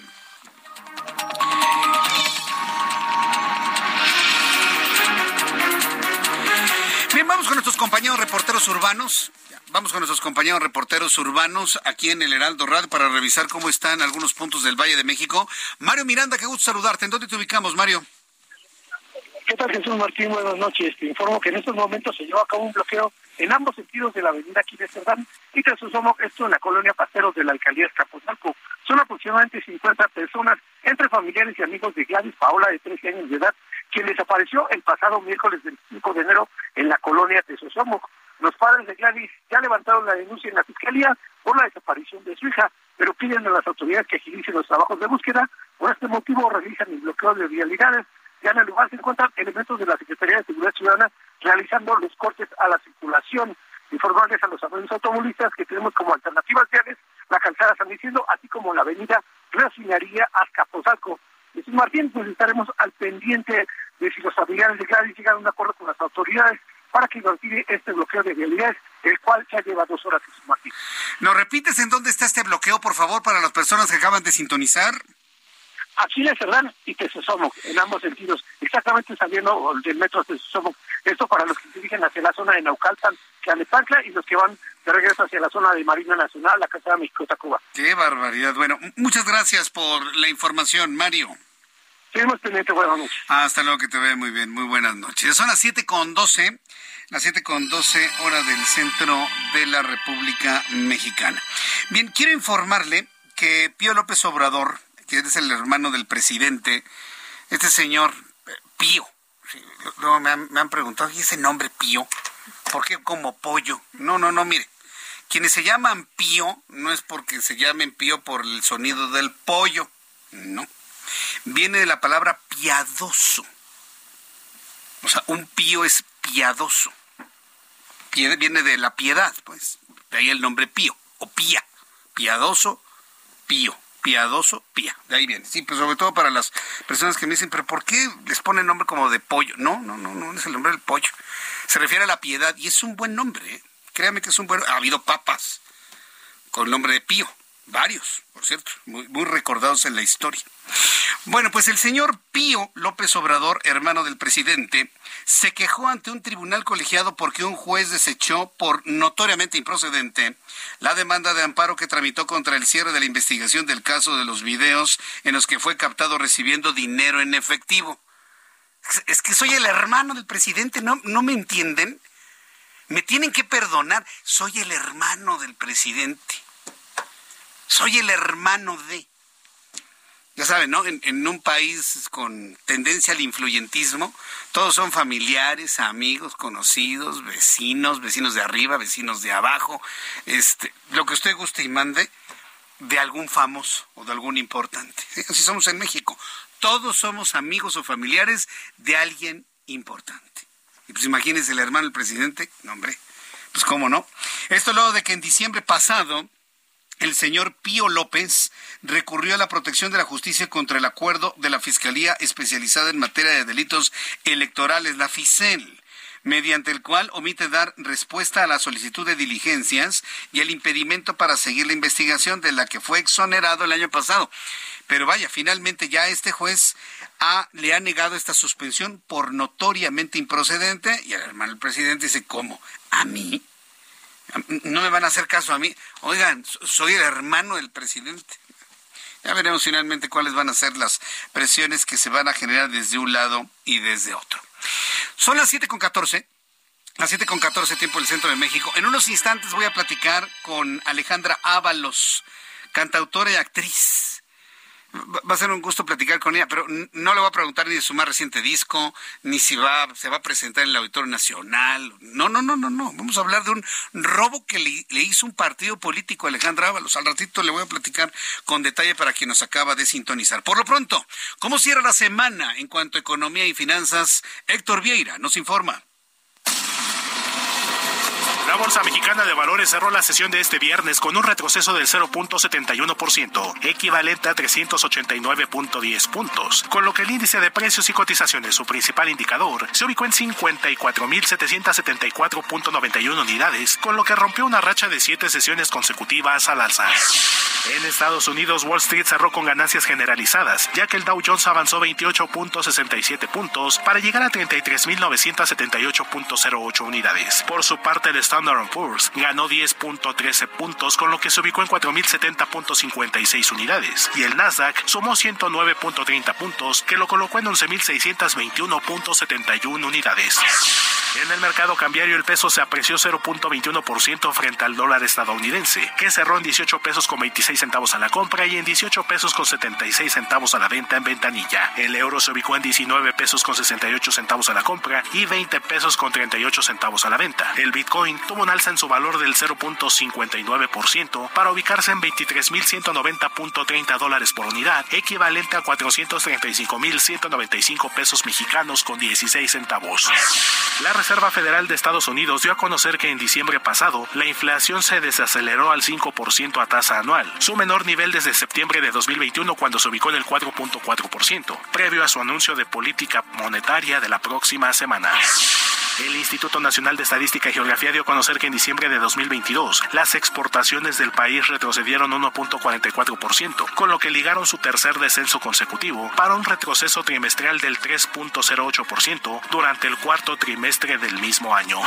Bien, vamos con nuestros compañeros reporteros urbanos. Vamos con nuestros compañeros reporteros urbanos aquí en el Heraldo Radio para revisar cómo están algunos puntos del Valle de México. Mario Miranda, qué gusto saludarte. ¿En dónde te ubicamos, Mario? ¿Qué tal, Jesús Martín? Buenas noches. Te informo que en estos momentos se lleva a cabo un bloqueo en ambos sentidos de la avenida Aquiles Cerdán y Tesosomoc, esto en la colonia Pasteros de la alcaldía Azcapotzalco. Son aproximadamente cincuenta personas, entre familiares y amigos de Gladys Paola, de trece años de edad, quien desapareció el pasado miércoles veinticinco de enero en la colonia Tesosomoc. Los padres de Gladys ya levantaron la denuncia en la Fiscalía por la desaparición de su hija, pero piden a las autoridades que agilicen los trabajos de búsqueda. Por este motivo realizan el bloqueo de vialidades. Ya en el lugar se encuentran elementos de la Secretaría de Seguridad Ciudadana realizando los cortes a la circulación. Informarles a los amigos automovilistas que tenemos como alternativas viales la calzada San Isidro, así como la avenida Refinería Azcapotzalco. Jesús Martín, pues estaremos al pendiente de si los familiares de Gladys llegan a un acuerdo con las autoridades para que retire este bloqueo de vialidades, el cual ya lleva dos horas, Jesús Martín. ¿Nos repites en dónde está este bloqueo, por favor, para las personas que acaban de sintonizar? Aquiles Cerdán y Tesosomoc, en ambos sentidos, exactamente saliendo del metro de Tesosomoc. Esto para los que se dirigen hacia la zona de Naucalpan, Tlalnepantla, y los que van de regreso hacia la zona de Marina Nacional, la Casa de México-Tacuba. ¡Qué barbaridad! Bueno, muchas gracias por la información, Mario. Seguimos pendiente, buenas noches. Hasta luego, que te vea muy bien, muy buenas noches. Son las siete con doce, las siete con doce, hora del centro de la República Mexicana. Bien, quiero informarle que Pío López Obrador, que es el hermano del presidente, este señor Pío, sí, luego me han, me han preguntado, ¿y ese nombre Pío? ¿Por qué como pollo? No, no, no, mire, quienes se llaman Pío no es porque se llamen Pío por el sonido del pollo, no. Viene de la palabra piadoso. O sea, un pío es piadoso. Viene de la piedad, pues. De ahí el nombre Pío, o Pía. Piadoso, Pío. Piadoso, Pía. De ahí viene. Sí, pues sobre todo para las personas que me dicen, ¿pero por qué les ponen nombre como de pollo? No, no, no, no es el nombre del pollo. Se refiere a la piedad y es un buen nombre, ¿eh? Créame que es un buen... Ha habido papas con el nombre de Pío. Varios, por cierto, muy, muy recordados en la historia. Bueno, pues el señor Pío López Obrador, hermano del presidente, se quejó ante un tribunal colegiado porque un juez desechó por notoriamente improcedente la demanda de amparo que tramitó contra el cierre de la investigación del caso de los videos en los que fue captado recibiendo dinero en efectivo. Es que soy el hermano del presidente, ¿no, no me entienden? Me tienen que perdonar, soy el hermano del presidente. Soy el hermano de... Ya saben, ¿no? En, en un país con tendencia al influyentismo, todos son familiares, amigos, conocidos, vecinos, vecinos de arriba, vecinos de abajo, este, lo que usted guste y mande de algún famoso o de algún importante. ¿Sí? Así somos en México. Todos somos amigos o familiares de alguien importante. Y pues imagínense el hermano del presidente, no hombre, pues cómo no. Esto luego de que en diciembre pasado el señor Pío López recurrió a la protección de la justicia contra el acuerdo de la Fiscalía Especializada en Materia de Delitos Electorales, la FICEL, mediante el cual omite dar respuesta a la solicitud de diligencias y el impedimento para seguir la investigación de la que fue exonerado el año pasado. Pero vaya, finalmente ya este juez ha, le ha negado esta suspensión por notoriamente improcedente y el hermano del presidente dice, ¿cómo? ¿A mí? ¿No me van a hacer caso a mí? Oigan, soy el hermano del presidente. Ya veremos finalmente cuáles van a ser las presiones que se van a generar desde un lado y desde otro. Son las siete con catorce, las siete con catorce tiempo del centro de México. En unos instantes voy a platicar con Alejandra Ábalos, cantautora y actriz. Va a ser un gusto platicar con ella, pero no le voy a preguntar ni de su más reciente disco, ni si va, se va a presentar en el Auditorio Nacional. No, no, no, no, no. Vamos a hablar de un robo que le, le hizo un partido político a Alejandra Ábalos. Al ratito le voy a platicar con detalle para quien nos acaba de sintonizar. Por lo pronto, ¿cómo cierra la semana en cuanto a economía y finanzas? Héctor Vieira nos informa. La Bolsa Mexicana de Valores cerró la sesión de este viernes con un retroceso del cero punto setenta y uno por ciento, equivalente a trescientos ochenta y nueve punto diez puntos, con lo que el índice de precios y cotizaciones, su principal indicador, se ubicó en cincuenta y cuatro mil setecientos setenta y cuatro punto noventa y uno unidades, con lo que rompió una racha de siete sesiones consecutivas al alza. En Estados Unidos, Wall Street cerró con ganancias generalizadas, ya que el Dow Jones avanzó veintiocho punto sesenta y siete puntos para llegar a treinta y tres mil novecientos setenta y ocho punto cero ocho unidades. Por su parte, el Standard and Poor's ganó diez punto trece puntos, con lo que se ubicó en cuatro mil setenta punto cincuenta y seis unidades, y el Nasdaq sumó ciento nueve punto treinta puntos, que lo colocó en once mil seiscientos veintiuno punto setenta y uno unidades. En el mercado cambiario, el peso se apreció cero punto veintiuno por ciento frente al dólar estadounidense, que cerró en dieciocho pesos con veintiséis centavos a la compra y en dieciocho pesos con setenta y seis centavos a la venta en ventanilla. El euro se ubicó en diecinueve pesos con sesenta y ocho centavos a la compra y veinte pesos con treinta y ocho centavos a la venta. El Bitcoin tuvo un alza en su valor del cero punto cincuenta y nueve por ciento para ubicarse en veintitrés mil ciento noventa punto treinta dólares por unidad, equivalente a cuatrocientos treinta y cinco mil ciento noventa y cinco pesos mexicanos con dieciséis centavos. La Reserva Federal de Estados Unidos dio a conocer que en diciembre pasado la inflación se desaceleró al cinco por ciento a tasa anual, su menor nivel desde septiembre de dos mil veintiuno, cuando se ubicó en el cuatro punto cuatro por ciento, previo a su anuncio de política monetaria de la próxima semana. El Instituto Nacional de Estadística y Geografía dio a conocer que en diciembre de dos mil veintidós las exportaciones del país retrocedieron uno punto cuarenta y cuatro por ciento, con lo que ligaron su tercer descenso consecutivo para un retroceso trimestral del tres punto cero ocho por ciento durante el cuarto trimestre del mismo año.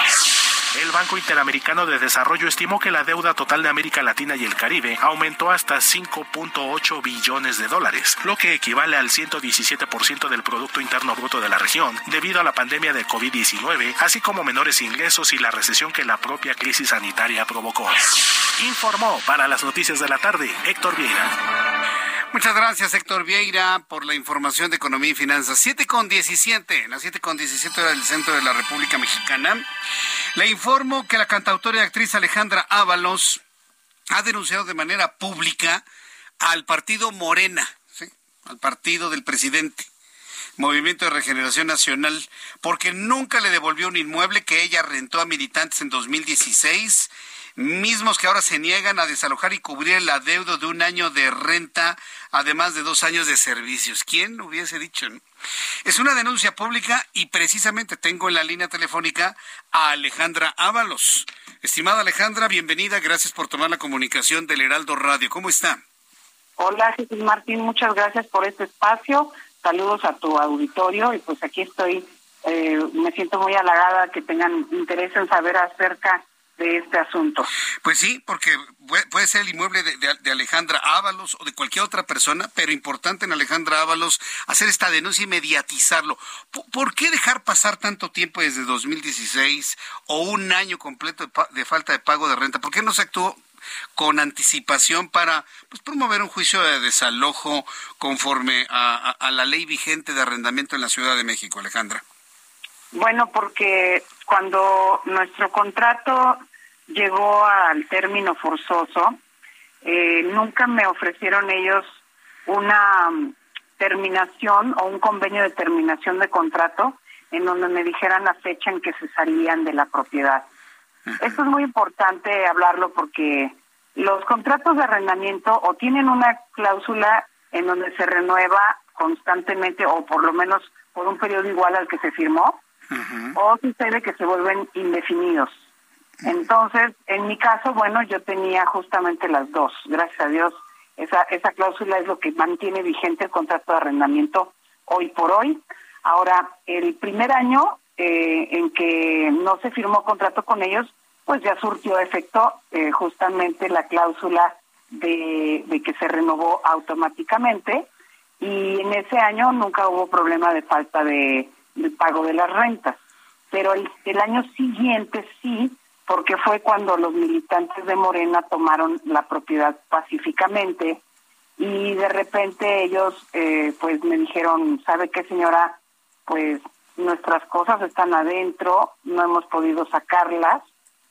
El Banco Interamericano de Desarrollo estimó que la deuda total de América Latina y el Caribe aumentó hasta cinco punto ocho billones de dólares, lo que equivale al ciento diecisiete por ciento del Producto Interno Bruto de la región, debido a la pandemia de covid diecinueve, así como menores ingresos y la recesión que la propia crisis sanitaria provocó. Informó para las noticias de la tarde Héctor Vieira. Muchas gracias, Héctor Vieira, por la información de economía y finanzas. siete con diecisiete, las siete con diecisiete horas del centro de la República Mexicana. Le informo que la cantautora y actriz Alejandra Ábalos ha denunciado de manera pública al partido Morena, ¿sí?, al partido del presidente, Movimiento de Regeneración Nacional, porque nunca le devolvió un inmueble que ella rentó a militantes en dos mil dieciséis, mismos que ahora se niegan a desalojar y cubrir el adeudo de un año de renta, además de dos años de servicios. ¿Quién hubiese dicho, no? Es una denuncia pública y precisamente tengo en la línea telefónica a Alejandra Ábalos. Estimada Alejandra, bienvenida, gracias por tomar la comunicación del Heraldo Radio. ¿Cómo está? Hola, Jesús Martín, muchas gracias por este espacio. Saludos a tu auditorio y pues aquí estoy. Eh, me siento muy halagada que tengan interés en saber acerca de este asunto. Pues sí, porque puede ser el inmueble de, de, de Alejandra Ábalos o de cualquier otra persona, pero importante en Alejandra Ábalos hacer esta denuncia y mediatizarlo. ¿Por, ¿por qué dejar pasar tanto tiempo desde dos mil dieciséis o un año completo de, de falta de pago de renta? ¿Por qué no se actuó con anticipación para pues promover un juicio de desalojo conforme a, a, a la ley vigente de arrendamiento en la Ciudad de México, Alejandra? Bueno, porque cuando nuestro contrato llegó al término forzoso, eh, nunca me ofrecieron ellos una um, terminación o un convenio de terminación de contrato en donde me dijeran la fecha en que se salían de la propiedad. Esto es muy importante hablarlo porque los contratos de arrendamiento o tienen una cláusula en donde se renueva constantemente o por lo menos por un periodo igual al que se firmó, uh-huh. o sucede que se vuelven indefinidos. Uh-huh. Entonces, en mi caso, bueno, yo tenía justamente las dos. Gracias a Dios, esa esa cláusula es lo que mantiene vigente el contrato de arrendamiento hoy por hoy. Ahora, el primer año eh, en que no se firmó contrato con ellos, pues ya surtió efecto eh, justamente la cláusula de, de que se renovó automáticamente y en ese año nunca hubo problema de falta de, de pago de las rentas. Pero el, el año siguiente sí, porque fue cuando los militantes de Morena tomaron la propiedad pacíficamente y de repente ellos eh, pues me dijeron, ¿sabe qué, señora? Pues nuestras cosas están adentro, no hemos podido sacarlas,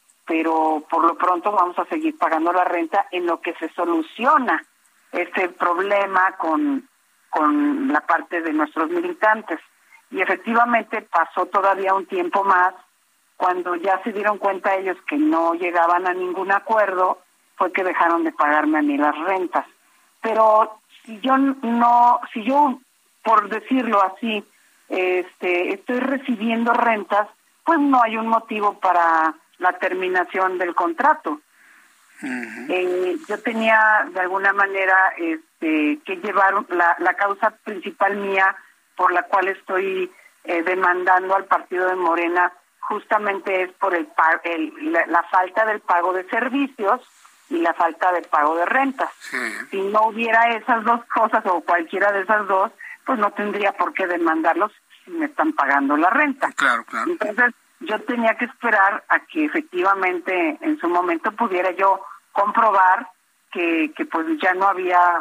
pero por lo pronto vamos a seguir pagando la renta en lo que se soluciona este problema con, con la parte de nuestros militantes. Y efectivamente pasó todavía un tiempo más, cuando ya se dieron cuenta ellos que no llegaban a ningún acuerdo, fue que dejaron de pagarme a mí las rentas. Pero si yo no, si yo, por decirlo así, este, estoy recibiendo rentas, pues no hay un motivo para la terminación del contrato. Uh-huh. Eh, yo tenía de alguna manera este, que llevar la, la causa principal mía por la cual estoy eh, demandando al partido de Morena, justamente es por el, el la, la falta del pago de servicios y la falta de pago de rentas. Sí. Si no hubiera esas dos cosas o cualquiera de esas dos, pues no tendría por qué demandarlos si me están pagando la renta. Claro, claro. Entonces, yo tenía que esperar a que efectivamente en su momento pudiera yo comprobar que, que pues ya no había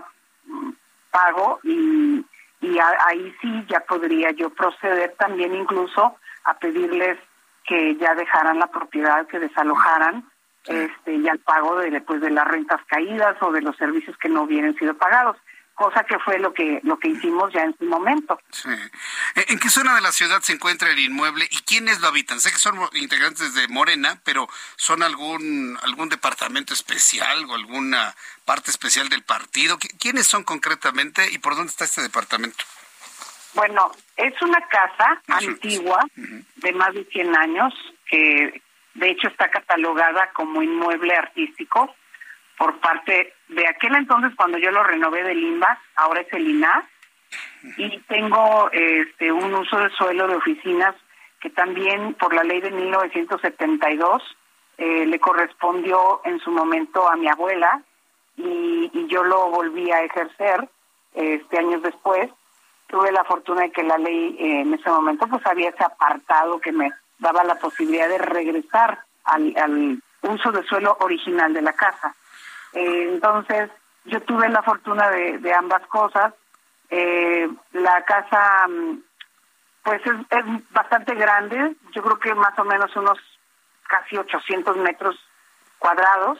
pago y, y a, ahí sí ya podría yo proceder también incluso a pedirles que ya dejaran la propiedad, que desalojaran sí. este y al pago de, pues, de las rentas caídas o de los servicios que no hubieran sido pagados. Cosa que fue lo que lo que hicimos ya en su momento. Sí. ¿En qué zona de la ciudad se encuentra el inmueble y quiénes lo habitan? Sé que son integrantes de Morena, pero ¿son algún algún departamento especial o alguna parte especial del partido? ¿Quiénes son concretamente y por dónde está este departamento? Bueno, es una casa no, antigua uh-huh. de más de cien años, que de hecho está catalogada como inmueble artístico por parte de aquel entonces cuando yo lo renové del I N B A, ahora es el I N A S, y tengo este un uso de suelo de oficinas que también por la ley de mil novecientos setenta y dos eh, le correspondió en su momento a mi abuela y, y yo lo volví a ejercer este años después. Tuve la fortuna de que la ley eh, en ese momento pues había ese apartado que me daba la posibilidad de regresar al, al uso de suelo original de la casa. Eh, entonces, yo tuve la fortuna de, de ambas cosas. Eh, la casa, pues, es, es bastante grande. Yo creo que más o menos unos casi ochocientos metros cuadrados.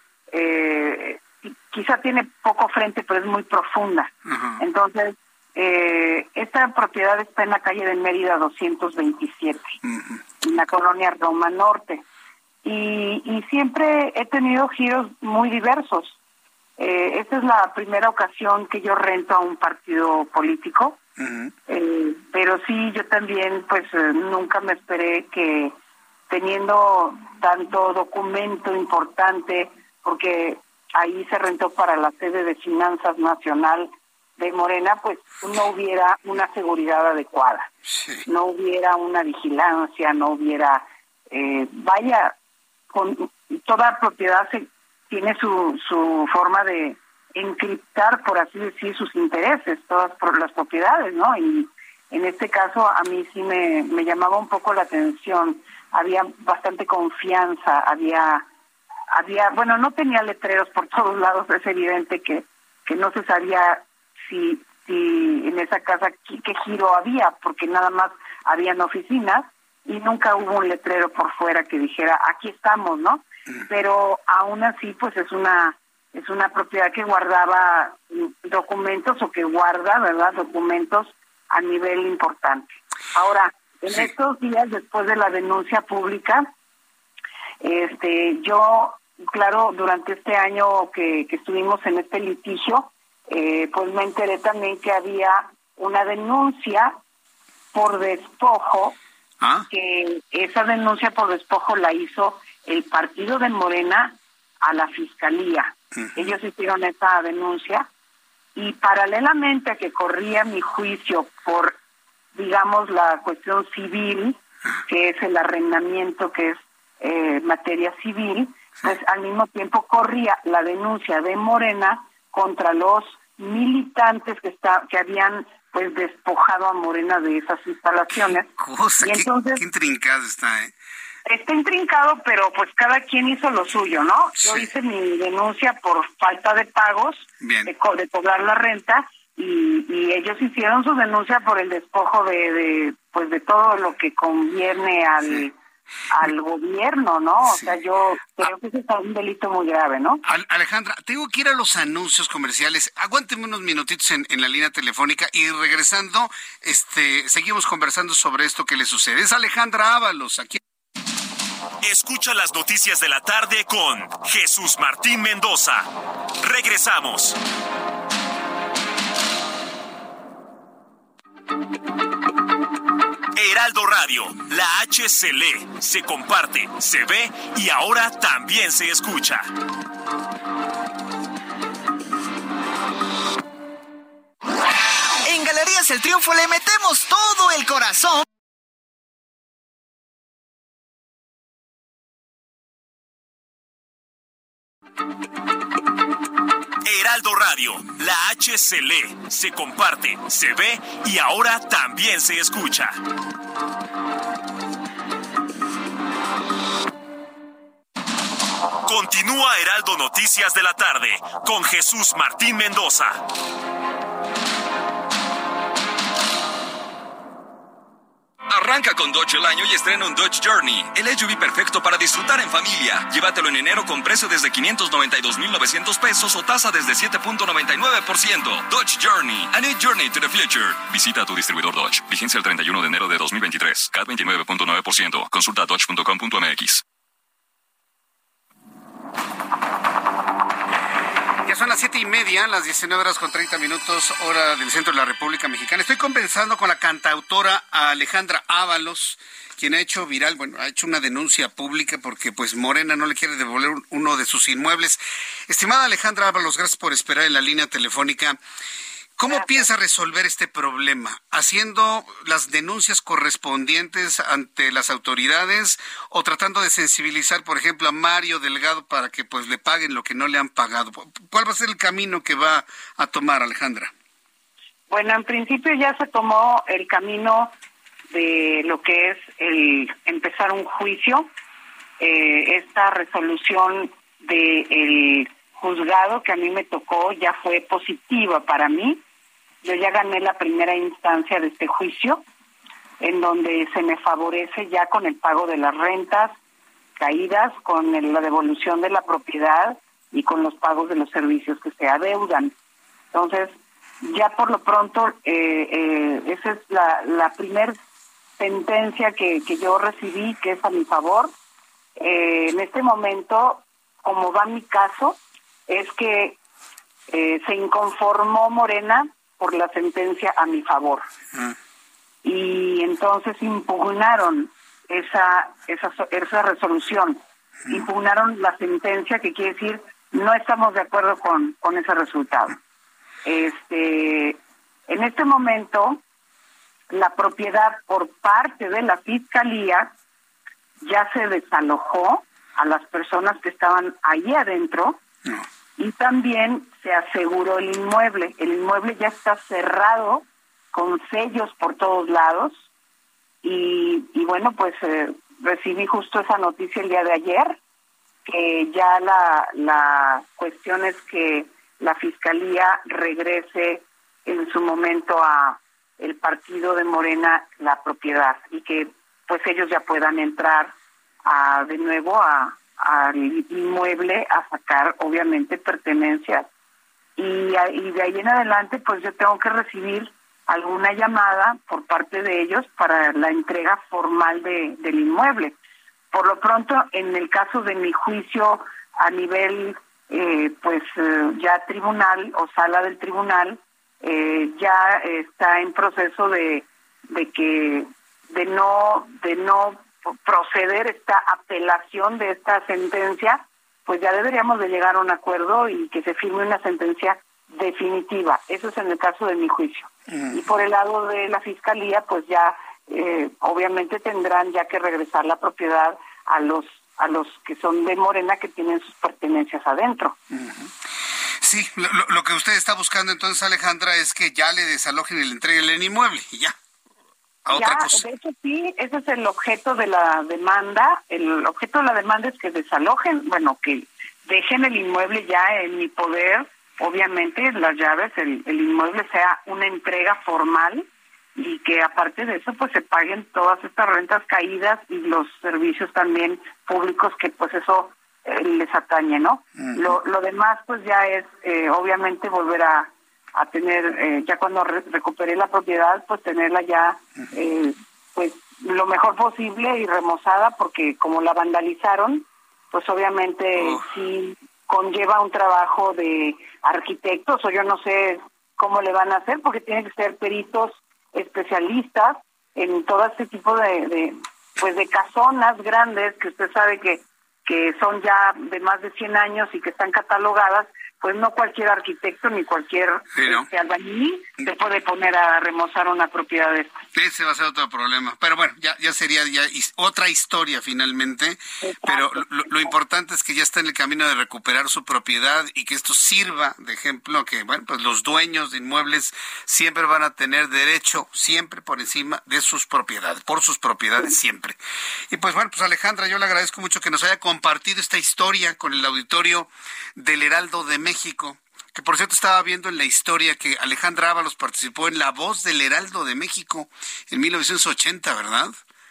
Eh, quizá tiene poco frente, pero es muy profunda. Uh-huh. Entonces, eh, esta propiedad está en la calle de Mérida doscientos veintisiete, uh-huh. en la colonia Roma Norte. Y, y siempre he tenido giros muy diversos. Eh, esta es la primera ocasión que yo rento a un partido político, uh-huh. eh, pero sí, yo también, pues, eh, nunca me esperé que teniendo tanto documento importante, porque ahí se rentó para la sede de Finanzas Nacional de Morena, pues no hubiera una seguridad adecuada, sí. no hubiera una vigilancia, no hubiera, eh, vaya, con toda propiedad se, tiene su, su forma de encriptar, por así decir, sus intereses, todas las propiedades, ¿no? Y en este caso a mí sí me, me llamaba un poco la atención, había bastante confianza, había, había, bueno, no tenía letreros por todos lados, es evidente que, que no se sabía si, si en esa casa qué, qué giro había, porque nada más habían oficinas y nunca hubo un letrero por fuera que dijera aquí estamos, ¿no? Pero aún así pues es una es una propiedad que guardaba documentos o que guarda, ¿verdad? Documentos a nivel importante. Ahora, en sí. estos días después de la denuncia pública, este yo, claro, durante este año que, que estuvimos en este litigio, eh, pues me enteré también que había una denuncia por despojo, ¿Ah? que esa denuncia por despojo la hizo el partido de Morena a la Fiscalía. Uh-huh. Ellos hicieron esa denuncia y paralelamente a que corría mi juicio por, digamos, la cuestión civil, que es el arrendamiento, que es eh, materia civil, pues al mismo tiempo corría la denuncia de Morena contra los militantes que está, que habían pues despojado a Morena de esas instalaciones. Qué cosa, y entonces, qué, qué intrincado está, ¿eh? Está intrincado, pero pues cada quien hizo lo suyo, ¿no? Sí. Yo hice mi denuncia por falta de pagos, de, co- de cobrar la renta, y, y ellos hicieron su denuncia por el despojo de, de pues de todo lo que conviene al... Sí. al gobierno, ¿no? O sí. sea, yo creo que ese es un delito muy grave, ¿no? Alejandra, tengo que ir a los anuncios comerciales. Aguánteme unos minutitos en, en la línea telefónica y regresando, este, seguimos conversando sobre esto que le sucede. Es Alejandra Ábalos, aquí. Escucha las noticias de la tarde con Jesús Martín Mendoza. Regresamos. Heraldo Radio, la H se lee, se comparte, se ve y ahora también se escucha. En Galerías El Triunfo le metemos todo el corazón. Heraldo Radio, la H se lee, se comparte, se ve y ahora también se escucha. Continúa Heraldo Noticias de la tarde con Jesús Martín Mendoza. Arranca con Dodge el año y estrena un Dodge Journey, el S U V perfecto para disfrutar en familia. Llévatelo en enero con precio desde quinientos noventa y dos mil novecientos pesos o tasa desde siete punto noventa y nueve por ciento. Dodge Journey, a new journey to the future. Visita a tu distribuidor Dodge. Vigencia el treinta y uno de enero de dos mil veintitrés. C A T veintinueve punto nueve por ciento. Consulta dodge punto com punto m x. Ya son las siete y media, las diecinueve horas con treinta minutos, hora del centro de la República Mexicana. Estoy conversando con la cantautora Alejandra Ábalos, quien ha hecho viral, bueno, ha hecho una denuncia pública porque pues Morena no le quiere devolver uno de sus inmuebles. Estimada Alejandra Ábalos, gracias por esperar en la línea telefónica. ¿Cómo Gracias. piensa resolver este problema? ¿Haciendo las denuncias correspondientes ante las autoridades o tratando de sensibilizar, por ejemplo, a Mario Delgado para que pues le paguen lo que no le han pagado? ¿Cuál va a ser el camino que va a tomar, Alejandra? Bueno, en principio ya se tomó el camino de lo que es el empezar un juicio. Eh, esta resolución del juzgado que a mí me tocó ya fue positiva para mí. Yo ya gané la primera instancia de este juicio, en donde se me favorece ya con el pago de las rentas caídas, con el, la devolución de la propiedad y con los pagos de los servicios que se adeudan. Entonces, ya por lo pronto, eh, eh, esa es la, la primer sentencia que, que yo recibí, que es a mi favor. Eh, en este momento, como va mi caso, es que eh, se inconformó Morena por la sentencia a mi favor. Uh-huh. Y entonces impugnaron esa esa esa resolución, impugnaron la sentencia, que quiere decir no estamos de acuerdo con con ese resultado. Este, en este momento la propiedad por parte de la Fiscalía ya se desalojó a las personas que estaban ahí adentro. No. Y también se aseguró el inmueble. El inmueble ya está cerrado con sellos por todos lados. Y, y bueno, pues eh, recibí justo esa noticia el día de ayer, que ya la, la cuestión es que la Fiscalía regrese en su momento a el partido de Morena la propiedad y que pues ellos ya puedan entrar a, de nuevo a al inmueble a sacar obviamente pertenencias y, a, y de ahí en adelante pues yo tengo que recibir alguna llamada por parte de ellos para la entrega formal de, del inmueble. Por lo pronto, en el caso de mi juicio a nivel eh, pues eh, ya tribunal o sala del tribunal, eh, ya está en proceso de de que de no de no proceder esta apelación de esta sentencia, pues ya deberíamos de llegar a un acuerdo y que se firme una sentencia definitiva. Eso es en el caso de mi juicio. Mm. Y por el lado de la Fiscalía, pues ya eh, obviamente tendrán ya que regresar la propiedad a los a los que son de Morena, que tienen sus pertenencias adentro. Uh-huh. Sí, lo, lo que usted está buscando entonces, Alejandra, es que ya le desalojen y le entreguen el inmueble y ya. A otra ya, cosa. De hecho, sí, ese es el objeto de la demanda. El objeto de la demanda es que desalojen, bueno, que dejen el inmueble ya en mi poder, obviamente, las llaves, el, el inmueble sea una entrega formal y que aparte de eso, pues se paguen todas estas rentas caídas y los servicios también públicos que pues eso eh, les atañe, ¿no? Uh-huh. Lo, lo demás, pues ya es, eh, obviamente, volver a a tener, eh, ya cuando re- recuperé la propiedad, pues tenerla ya, eh, pues lo mejor posible y remozada, porque como la vandalizaron, pues obviamente oh. sí conlleva un trabajo de arquitectos, o yo no sé cómo le van a hacer, porque tienen que ser peritos especialistas en todo este tipo de, de pues de casonas grandes, que usted sabe que, que son ya de más de cien años y que están catalogadas. Pues no cualquier arquitecto ni cualquier sí, ¿no? este, albañil se puede poner a remozar una propiedad de esta. Ese va a ser otro problema. Pero bueno, ya ya sería ya is- otra historia finalmente. Exacto. Pero lo, lo importante es que ya está en el camino de recuperar su propiedad y que esto sirva de ejemplo, que bueno, pues los dueños de inmuebles siempre van a tener derecho, siempre por encima de sus propiedades, por sus propiedades sí. siempre. Y pues bueno, pues Alejandra, yo le agradezco mucho que nos haya compartido esta historia con el auditorio del Heraldo de México. México, que por cierto estaba viendo en la historia que Alejandra Ábalos participó en La Voz del Heraldo de México en mil novecientos ochenta, ¿verdad?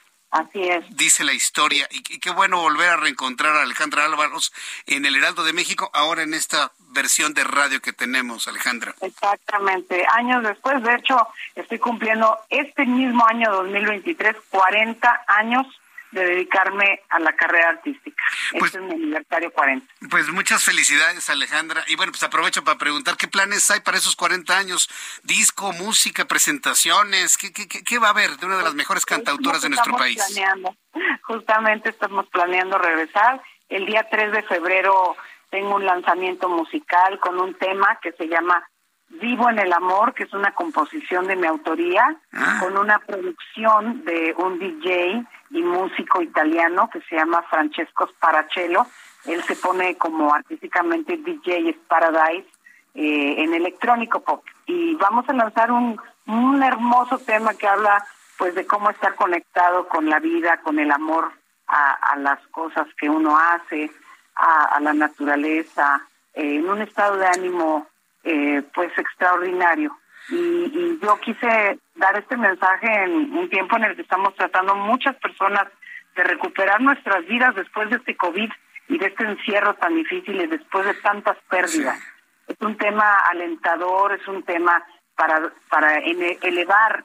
Así es. Dice la historia, y, y qué bueno volver a reencontrar a Alejandra Ábalos en el Heraldo de México, ahora en esta versión de radio que tenemos, Alejandra. Exactamente, años después, de hecho, estoy cumpliendo este mismo año dos mil veintitrés, cuarenta años de dedicarme a la carrera artística. Pues, este es mi aniversario cuarenta. Pues muchas felicidades, Alejandra. Y bueno, pues aprovecho para preguntar qué planes hay para esos cuarenta años. Disco, música, presentaciones. ¿Qué, qué, qué va a haber de una de las mejores cantautoras de nuestro país? Planeando. Justamente estamos planeando regresar. El día tres de febrero tengo un lanzamiento musical con un tema que se llama Vivo en el Amor, que es una composición de mi autoría, ah. con una producción de un D J y músico italiano que se llama Francesco Sparacello. Él se pone como artísticamente D J Paradise eh, en electrónico pop. Y vamos a lanzar un, un hermoso tema que habla pues de cómo estar conectado con la vida, con el amor a, a las cosas que uno hace, a, a la naturaleza, eh, en un estado de ánimo Eh, pues extraordinario. Y, y yo quise dar este mensaje en un tiempo en el que estamos tratando muchas personas de recuperar nuestras vidas después de este COVID y de este encierro tan difícil y después de tantas pérdidas. Sí. Es un tema alentador, es un tema para para elevar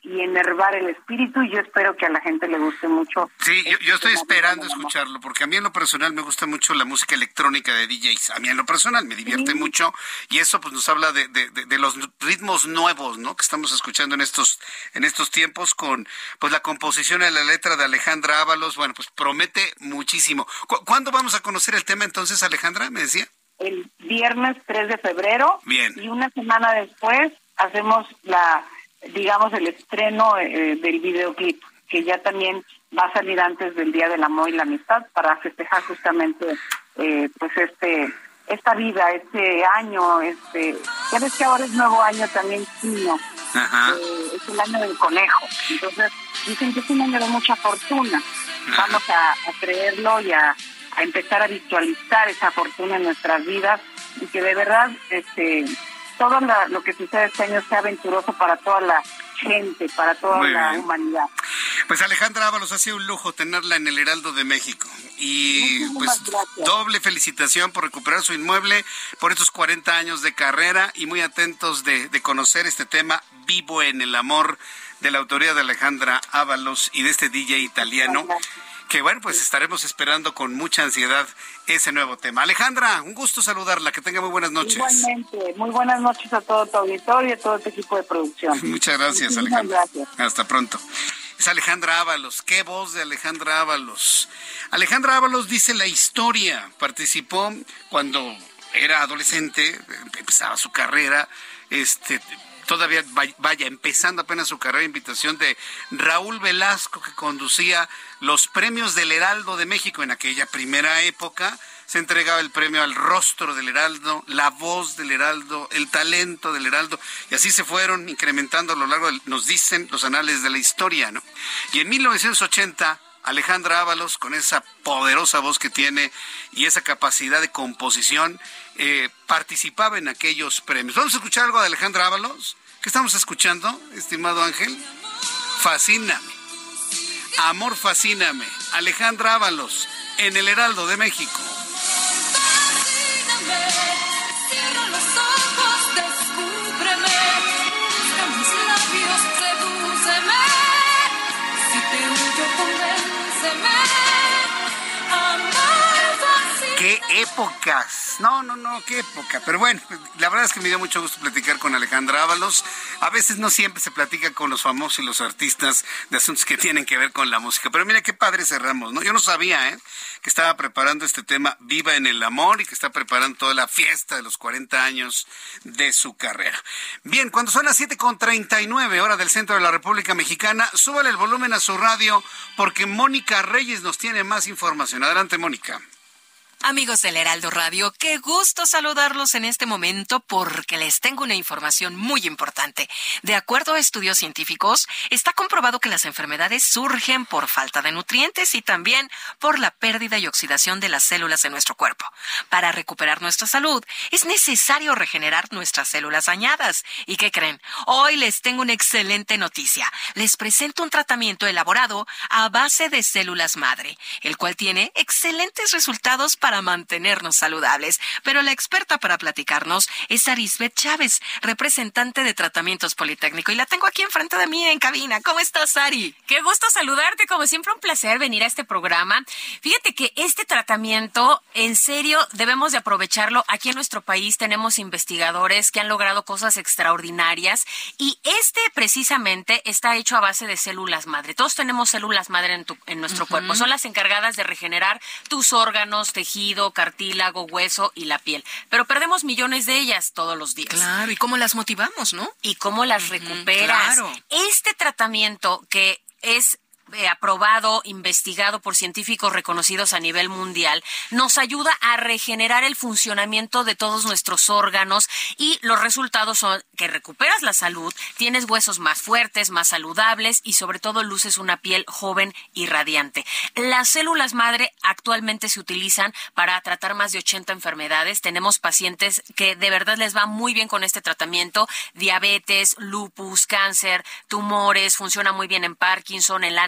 y enervar el espíritu, y yo espero que a la gente le guste mucho. Sí, yo, yo estoy esperando escucharlo, porque a mí en lo personal me gusta mucho la música electrónica de D Js. A mí en lo personal me divierte sí. mucho, y eso pues nos habla de, de, de, de los ritmos nuevos, ¿no?, que estamos escuchando en estos en estos tiempos, con pues la composición y la letra de Alejandra Ábalos. Bueno, pues promete muchísimo. ¿Cu- ¿Cuándo vamos a conocer el tema entonces, Alejandra, me decía? El viernes tres de febrero. Bien. Y una semana después hacemos la, digamos, el estreno eh, del videoclip, que ya también va a salir antes del Día del Amor y la Amistad, para festejar justamente eh, pues este esta vida, este año, este ya ves que ahora es nuevo año también chino. Ajá. Eh, es el año del conejo. Entonces dicen que es un año de mucha fortuna. Ajá. Vamos a, a creerlo y a a empezar a visualizar esa fortuna en nuestras vidas, y que de verdad este todo la, lo que sucede este año sea aventuroso para toda la gente, para toda Muy la bien. humanidad. Pues Alejandra Ábalos, ha sido un lujo tenerla en el Heraldo de México, y pues doble felicitación por recuperar su inmueble, por estos cuarenta años de carrera, y muy atentos de, de conocer este tema Vivo en el Amor, de la autoría de Alejandra Ábalos y de este D J italiano, que bueno, pues estaremos esperando con mucha ansiedad ese nuevo tema. Alejandra, un gusto saludarla, que tenga muy buenas noches. Igualmente, muy buenas noches a todo tu auditorio y a todo tu equipo de producción. Muchas gracias, Muchísimas Alejandra. Gracias. Hasta pronto. Es Alejandra Ábalos. Qué voz de Alejandra Ábalos. Alejandra Ábalos dice la historia. Participó cuando era adolescente, empezaba su carrera, este... todavía vaya empezando apenas su carrera, invitación de Raúl Velasco, que conducía los premios del Heraldo de México. En aquella primera época se entregaba el premio al rostro del Heraldo, la voz del Heraldo, el talento del Heraldo, y así se fueron incrementando a lo largo, de, nos dicen los anales de la historia, ¿no? Y en mil novecientos ochenta, Alejandra Ábalos, con esa poderosa voz que tiene y esa capacidad de composición, eh, participaba en aquellos premios. Vamos a escuchar algo de Alejandra Ábalos. ¿Qué estamos escuchando, estimado Ángel? Fascíname. Amor, fascíname. Alejandra Ábalos, en el Heraldo de México. Fascíname, cierra los ojos, descúbreme, busca mis labios, sedúceme, si te huyo, convénceme, amar fascíname. ¡Qué épocas! No, no, no, qué época. Pero bueno, la verdad es que me dio mucho gusto platicar con Alejandra Ábalos. A veces no siempre se platica con los famosos y los artistas de asuntos que tienen que ver con la música. Pero mira qué padre cerramos, ¿no? Yo no sabía, ¿eh?, que estaba preparando este tema Viva en el Amor, y que está preparando toda la fiesta de los cuarenta años de su carrera. Bien, cuando son las siete con treinta y nueve, hora del centro de la República Mexicana, súbale el volumen a su radio, porque Mónica Reyes nos tiene más información. Adelante, Mónica. Amigos del Heraldo Radio, qué gusto saludarlos en este momento, porque les tengo una información muy importante. De acuerdo a estudios científicos, está comprobado que las enfermedades surgen por falta de nutrientes y también por la pérdida y oxidación de las células de nuestro cuerpo. Para recuperar nuestra salud, es necesario regenerar nuestras células dañadas. ¿Y qué creen? Hoy les tengo una excelente noticia. Les presento un tratamiento elaborado a base de células madre, el cual tiene excelentes resultados para para mantenernos saludables. Pero la experta para platicarnos es Arisbeth Chávez, representante de Tratamientos Politécnico, y la tengo aquí enfrente de mí en cabina. ¿Cómo estás, Ari? Qué gusto saludarte, como siempre un placer venir a este programa. Fíjate que este tratamiento, en serio, debemos de aprovecharlo. Aquí en nuestro país tenemos investigadores que han logrado cosas extraordinarias, y este precisamente está hecho a base de células madre. Todos tenemos células madre en, tu, en nuestro uh-huh. cuerpo. Son las encargadas de regenerar tus órganos, tejidos, cartílago, hueso y la piel. Pero perdemos millones de ellas todos los días. Claro, ¿y cómo las motivamos, no? Y cómo las recuperas. Claro. Este tratamiento, que es Eh, aprobado, investigado por científicos reconocidos a nivel mundial, nos ayuda a regenerar el funcionamiento de todos nuestros órganos, y los resultados son que recuperas la salud, tienes huesos más fuertes, más saludables, y sobre todo luces una piel joven y radiante. Las células madre actualmente se utilizan para tratar más de ochenta enfermedades. Tenemos pacientes que de verdad les va muy bien con este tratamiento: diabetes, lupus, cáncer, tumores, funciona muy bien en Parkinson, en Alzheimer,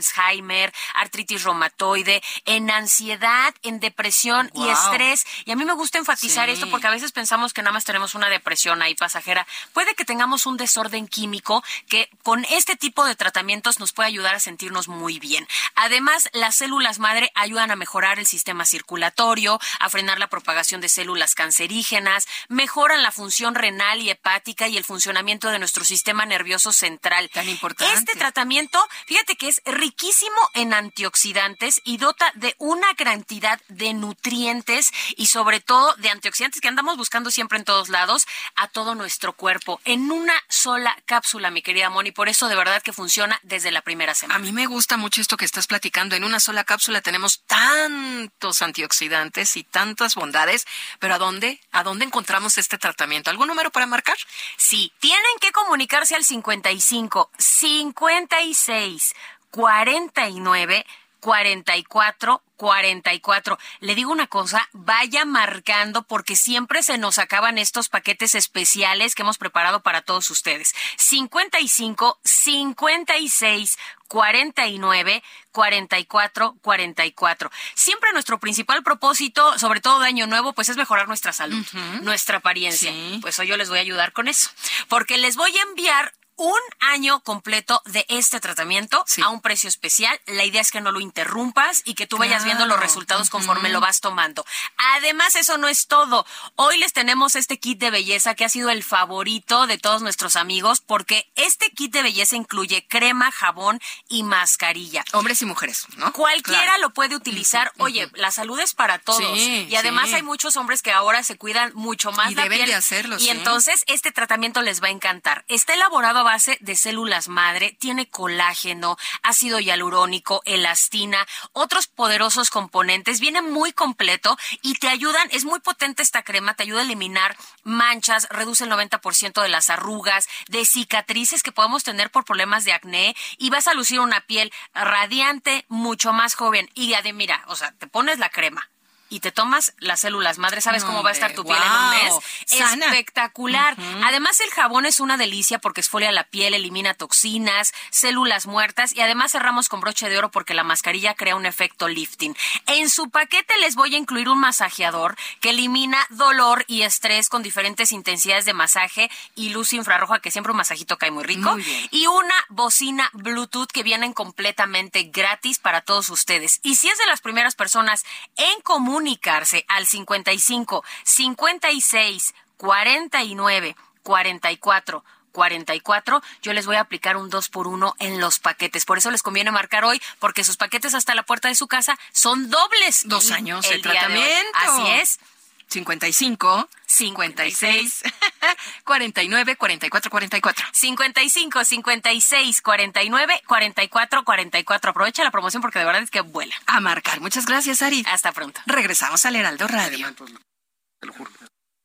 Alzheimer, artritis reumatoide, en ansiedad, en depresión wow. y estrés. Y a mí me gusta enfatizar sí. esto porque a veces pensamos que nada más tenemos una depresión ahí pasajera. Puede que tengamos un desorden químico que con este tipo de tratamientos nos puede ayudar a sentirnos muy bien. Además, las células madre ayudan a mejorar el sistema circulatorio, a frenar la propagación de células cancerígenas, mejoran la función renal y hepática y el funcionamiento de nuestro sistema nervioso central. Tan importante. Este tratamiento, fíjate que es riquísimo en antioxidantes y dota de una cantidad de nutrientes y sobre todo de antioxidantes que andamos buscando siempre en todos lados a todo nuestro cuerpo en una sola cápsula, mi querida Moni. Por eso de verdad que funciona desde la primera semana. A mí me gusta mucho esto que estás platicando. En una sola cápsula tenemos tantos antioxidantes y tantas bondades, pero ¿a dónde? ¿A dónde encontramos este tratamiento? ¿Algún número para marcar? Sí, tienen que comunicarse al cincuenta y cinco, cincuenta y seis, cuarenta y nueve, cuarenta y cuatro, cuarenta y cuatro. Le digo una cosa, vaya marcando porque siempre se nos acaban estos paquetes especiales que hemos preparado para todos ustedes. cincuenta y cinco, cincuenta y seis, cuarenta y nueve, cuarenta y cuatro, cuarenta y cuatro. Siempre nuestro principal propósito, sobre todo de Año Nuevo, pues es mejorar nuestra salud, uh-huh. nuestra apariencia. Sí. Pues hoy yo les voy a ayudar con eso, porque les voy a enviar un año completo de este tratamiento sí. a un precio especial. La idea es que no lo interrumpas y que tú vayas claro. viendo los resultados uh-huh. conforme lo vas tomando. Además, eso no es todo. Hoy les tenemos este kit de belleza que ha sido el favorito de todos nuestros amigos porque este kit de belleza incluye crema, jabón y mascarilla. Hombres y mujeres, ¿no? Cualquiera claro. lo puede utilizar. Uh-huh. Oye, la salud es para todos. Sí, y además sí. hay muchos hombres que ahora se cuidan mucho más y la deben piel. de hacerlo, y sí. entonces este tratamiento les va a encantar. Está elaborado a base de células madre, tiene colágeno, ácido hialurónico, elastina, otros poderosos componentes, viene muy completo y te ayudan, es muy potente esta crema, te ayuda a eliminar manchas, reduce el noventa por ciento de las arrugas, de cicatrices que podemos tener por problemas de acné y vas a lucir una piel radiante, mucho más joven. Y de mira, o sea, te pones la crema y te tomas las células madre, ¿sabes no, cómo va a estar tu piel wow. en un mes? Sana. Espectacular. Uh-huh. Además, el jabón es una delicia porque exfolia la piel, elimina toxinas, células muertas y además cerramos con broche de oro porque la mascarilla crea un efecto lifting. En su paquete les voy a incluir un masajeador que elimina dolor y estrés con diferentes intensidades de masaje y luz infrarroja, que siempre un masajito cae muy rico. Muy bien. Y una bocina Bluetooth que vienen completamente gratis para todos ustedes. Y si es de las primeras personas en común comunicarse al cincuenta y cinco, cincuenta y seis, cuarenta y nueve, cuarenta y cuatro, cuarenta y cuatro, yo les voy a aplicar un dos por uno en los paquetes. Por eso les conviene marcar hoy, porque sus paquetes hasta la puerta de su casa son dobles. Dos años de tratamiento. Así es. cincuenta y cinco, cincuenta y seis, cuarenta y nueve, cuarenta y cuatro, cuarenta y cuatro. cincuenta y cinco, cincuenta y seis, cuarenta y nueve, cuarenta y cuatro, cuarenta y cuatro. Aprovecha la promoción porque de verdad es que vuela. A marcar. Muchas gracias, Ari. Hasta pronto. Regresamos al Heraldo Radio. Te lo juro.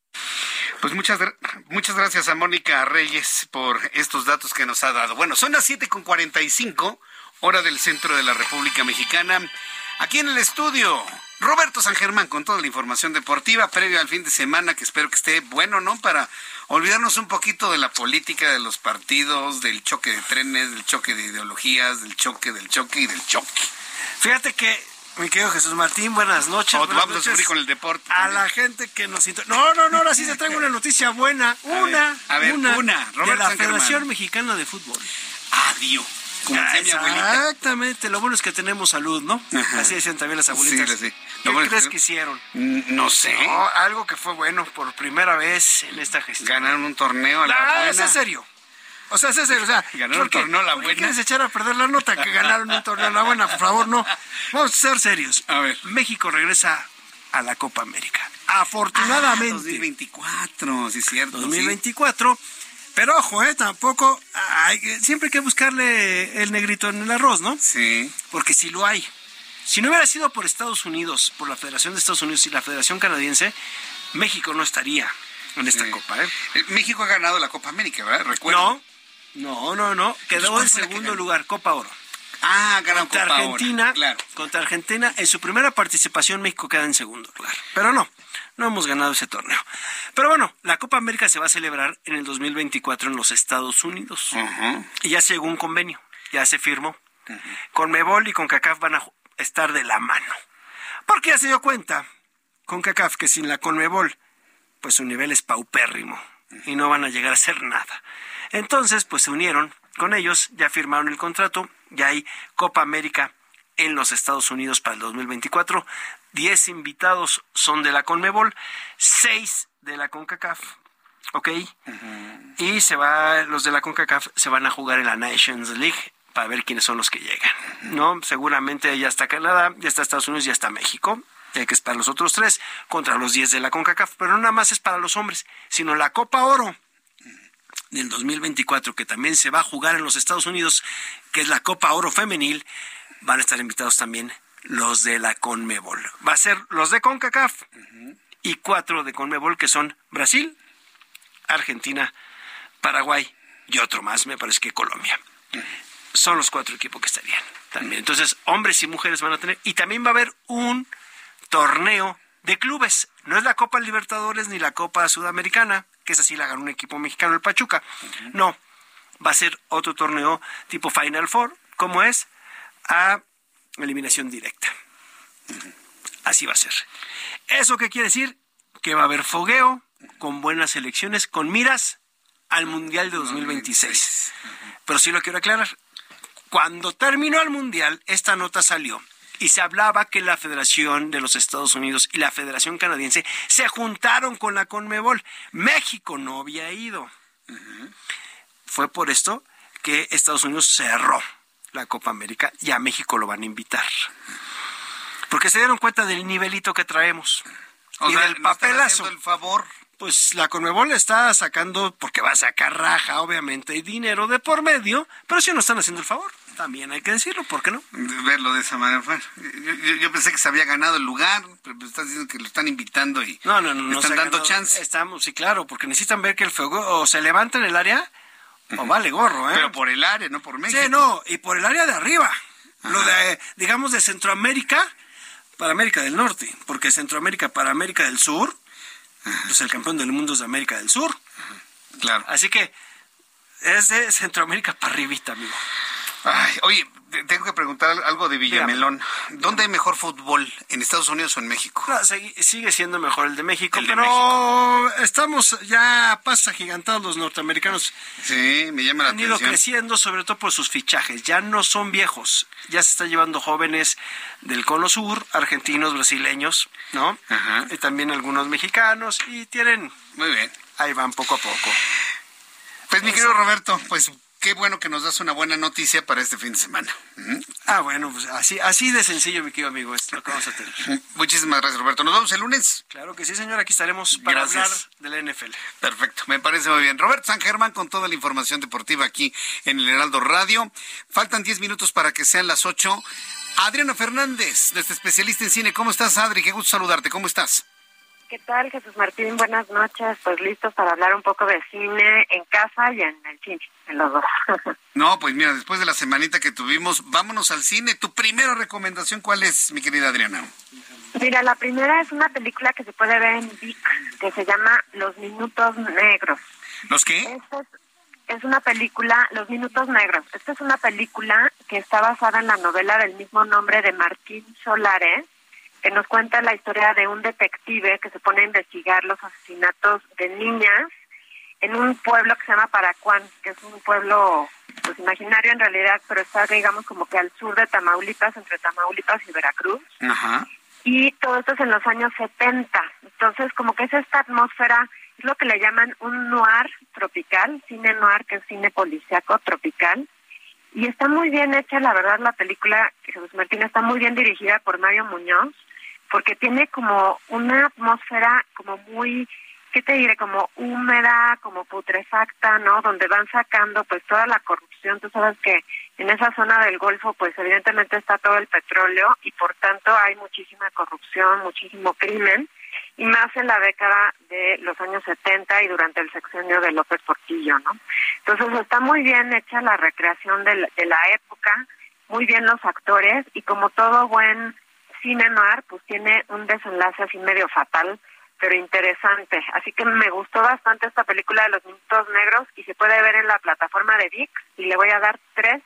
Pues muchas, muchas gracias a Mónica Reyes por estos datos que nos ha dado. Bueno, son las siete con cuarenta y cinco, hora del centro de la República Mexicana. Aquí en el estudio, Roberto San Germán con toda la información deportiva previo al fin de semana, que espero que esté bueno, ¿no? Para olvidarnos un poquito de la política, de los partidos, del choque de trenes, del choque de ideologías, del choque, del choque y del choque. Fíjate que, mi querido Jesús Martín, buenas noches. O buenas vamos noches a sufrir con el deporte. A también. La gente que nos... Inter... No, no, no, ahora sí te traigo una noticia buena. Una, a ver, a ver, una, una. Roberto de la San Federación Germán. Mexicana de Fútbol. Adiós. Como decía mi abuelita. Exactamente, lo bueno es que tenemos salud, ¿no? Ajá. Así decían también las abuelitas. Sí, sí. ¿Qué bueno crees que... que hicieron? No sé. No, algo que fue bueno por primera vez en esta gestión. Ganaron un torneo a la ah, buena. Es en serio. O sea, es en serio. O sea, ganaron un torneo a la ¿por qué buena? quieres echar a perder la nota que ganaron un torneo a la buena? Por favor, no. Vamos a ser serios. A ver. México regresa a la Copa América. Afortunadamente. Ah, dos mil veinticuatro, sí es cierto. dos mil veinticuatro. Sí. Pero ojo, eh, tampoco, hay, siempre hay que buscarle el negrito en el arroz, ¿no? Sí. Porque si lo hay. Si no hubiera sido por Estados Unidos, por la Federación de Estados Unidos y la Federación Canadiense, México no estaría en esta sí. Copa, ¿eh? México ha ganado la Copa América, ¿verdad? Recuerdo. No, no, no, no. Quedó en segundo lugar, Copa Oro. Ah, ganó contra Copa Argentina, Oro. Claro. Contra Argentina, en su primera participación México queda en segundo lugar. Pero no. No hemos ganado ese torneo. Pero bueno, la Copa América se va a celebrar en el dos mil veinticuatro en los Estados Unidos. Uh-huh. Y ya se llegó un convenio, ya se firmó. Uh-huh. CONMEBOL y CONCACAF van a estar de la mano. Porque ya se dio cuenta CONCACAF que sin la CONMEBOL, pues su nivel es paupérrimo y no van a llegar a hacer nada. Entonces, pues se unieron con ellos, ya firmaron el contrato, ya hay Copa América en los Estados Unidos para el dos mil veinticuatro. Diez invitados son de la CONMEBOL, seis de la CONCACAF, ¿ok? Uh-huh. Y se va, los de la CONCACAF se van a jugar en la Nations League para ver quiénes son los que llegan, ¿no? Seguramente ya está Canadá, ya está Estados Unidos, ya está México, ya que es para los otros tres, contra los diez de la CONCACAF, pero no nada más es para los hombres, sino la Copa Oro del dos mil veinticuatro, que también se va a jugar en los Estados Unidos, que es la Copa Oro Femenil, van a estar invitados también los de la CONMEBOL. Va a ser los de CONCACAF uh-huh. y cuatro de CONMEBOL, que son Brasil, Argentina, Paraguay y otro más, me parece que Colombia. Uh-huh. Son los cuatro equipos que estarían también. Entonces, hombres y mujeres van a tener, y también va a haber un torneo de clubes. No es la Copa Libertadores ni la Copa Sudamericana, que es así, la ganó un equipo mexicano, el Pachuca. Uh-huh. No, va a ser otro torneo tipo Final Four, como es, a eliminación directa. Uh-huh. Así va a ser. ¿Eso qué quiere decir? Que va a haber fogueo, con buenas elecciones, con miras al Mundial de dos mil veintiséis. Uh-huh. Pero sí lo quiero aclarar. Cuando terminó el Mundial, esta nota salió y se hablaba que la Federación de los Estados Unidos y la Federación Canadiense se juntaron con la CONMEBOL. México no había ido. Uh-huh. Fue por esto que Estados Unidos cerró la Copa América y a México lo van a invitar. Porque se dieron cuenta del nivelito que traemos. O y sea, del papelazo. Haciendo el favor. Pues la CONMEBOL está sacando, porque va a sacar raja, obviamente, y dinero de por medio, pero sí nos están haciendo el favor. También hay que decirlo, ¿por qué no? Verlo de esa manera. Bueno, yo, yo, yo pensé que se había ganado el lugar, pero me estás diciendo que lo están invitando y no, no, no, no están dando ganado, chance. Estamos, sí, claro, porque necesitan ver que el fuego o se levanta en el área o uh-huh. vale gorro, ¿eh? Pero por el área, no por México. Sí, no, y por el área de arriba. Ajá. Lo de, digamos, de Centroamérica para América del Norte, porque Centroamérica para América del Sur, pues el campeón del mundo es de América del Sur. Ajá. Claro. Así que es de Centroamérica para arribita, amigo. Ay, oye, tengo que preguntar algo de Villamelón. Dígame. ¿Dónde hay mejor fútbol? ¿En Estados Unidos o en México? No, sigue siendo mejor el de México, el de pero México. Estamos ya pasos agigantados los norteamericanos. Sí, me llama la Han ido atención. creciendo, sobre todo por sus fichajes. Ya no son viejos. Ya se están llevando jóvenes del Cono Sur, argentinos, brasileños, ¿no? Ajá. Y también algunos mexicanos. Y tienen... Muy bien. Ahí van poco a poco. Pues mi querido Roberto, pues... qué bueno que nos das una buena noticia para este fin de semana. ¿Mm? Ah, bueno, pues así así de sencillo, mi querido amigo, es lo que vamos a tener. Muchísimas gracias, Roberto. ¿Nos vemos el lunes? Claro que sí, señor. Aquí estaremos para gracias. hablar de la N F L. Perfecto, me parece muy bien. Roberto San Germán con toda la información deportiva aquí en el Heraldo Radio. Faltan diez minutos para que sean las ocho. Adriana Fernández, nuestra especialista en cine. ¿Cómo estás, Adri? Qué gusto saludarte. ¿Cómo estás? ¿Qué tal, Jesús Martín? Buenas noches. Pues listos para hablar un poco de cine en casa y en el cine, en los dos. No, pues mira, después de la semanita que tuvimos, vámonos al cine. Tu primera recomendación, ¿cuál es, mi querida Adriana? Mira, la primera es una película que se puede ver en Vic, que se llama Los Minutos Negros. ¿Los qué? Esta es, es una película, Los Minutos Negros. Esta es una película que está basada en la novela del mismo nombre de Martín Solares, que nos cuenta la historia de un detective que se pone a investigar los asesinatos de niñas en un pueblo que se llama Paracuán, que es un pueblo pues imaginario en realidad, pero está, digamos, como que al sur de Tamaulipas, entre Tamaulipas y Veracruz. Ajá. Y todo esto es en los años setenta. Entonces, como que es esta atmósfera, es lo que le llaman un noir tropical, cine noir, que es cine policíaco tropical. Y está muy bien hecha, la verdad, la película, Jesús Martín, está muy bien dirigida por Mario Muñoz, porque tiene como una atmósfera como muy, ¿qué te diré? Como húmeda, como putrefacta, ¿no? Donde van sacando pues toda la corrupción. Tú sabes que en esa zona del Golfo pues evidentemente está todo el petróleo y por tanto hay muchísima corrupción, muchísimo crimen, y más en la década de los años setenta y durante el sexenio de López Portillo, ¿no? Entonces está muy bien hecha la recreación de la, de la época, muy bien los actores, y como todo buen cine noir, pues tiene un desenlace así medio fatal, pero interesante. Así que me gustó bastante esta película de Los Minutos Negros y se puede ver en la plataforma de V I X y le voy a dar tres estrellas.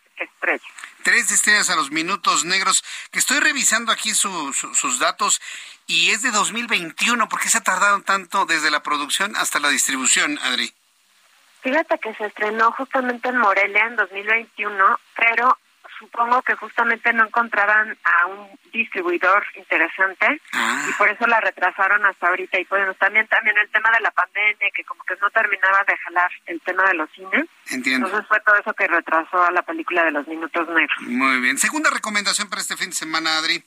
estrellas. Tres estrellas a Los Minutos Negros, que estoy revisando aquí su, su, sus datos, y es de dos mil veintiuno. ¿Por qué se ha tardado tanto desde la producción hasta la distribución, Adri? Fíjate que se estrenó justamente en Morelia en dos mil veintiuno, pero supongo que justamente no encontraban a un distribuidor interesante ah. y por eso la retrasaron hasta ahorita. Y pues también también el tema de la pandemia, que como que no terminaba de jalar el tema de los cines. Entiendo. Entonces fue todo eso que retrasó a la película de Los Minutos Negros. Muy bien. Segunda recomendación para este fin de semana, Adri.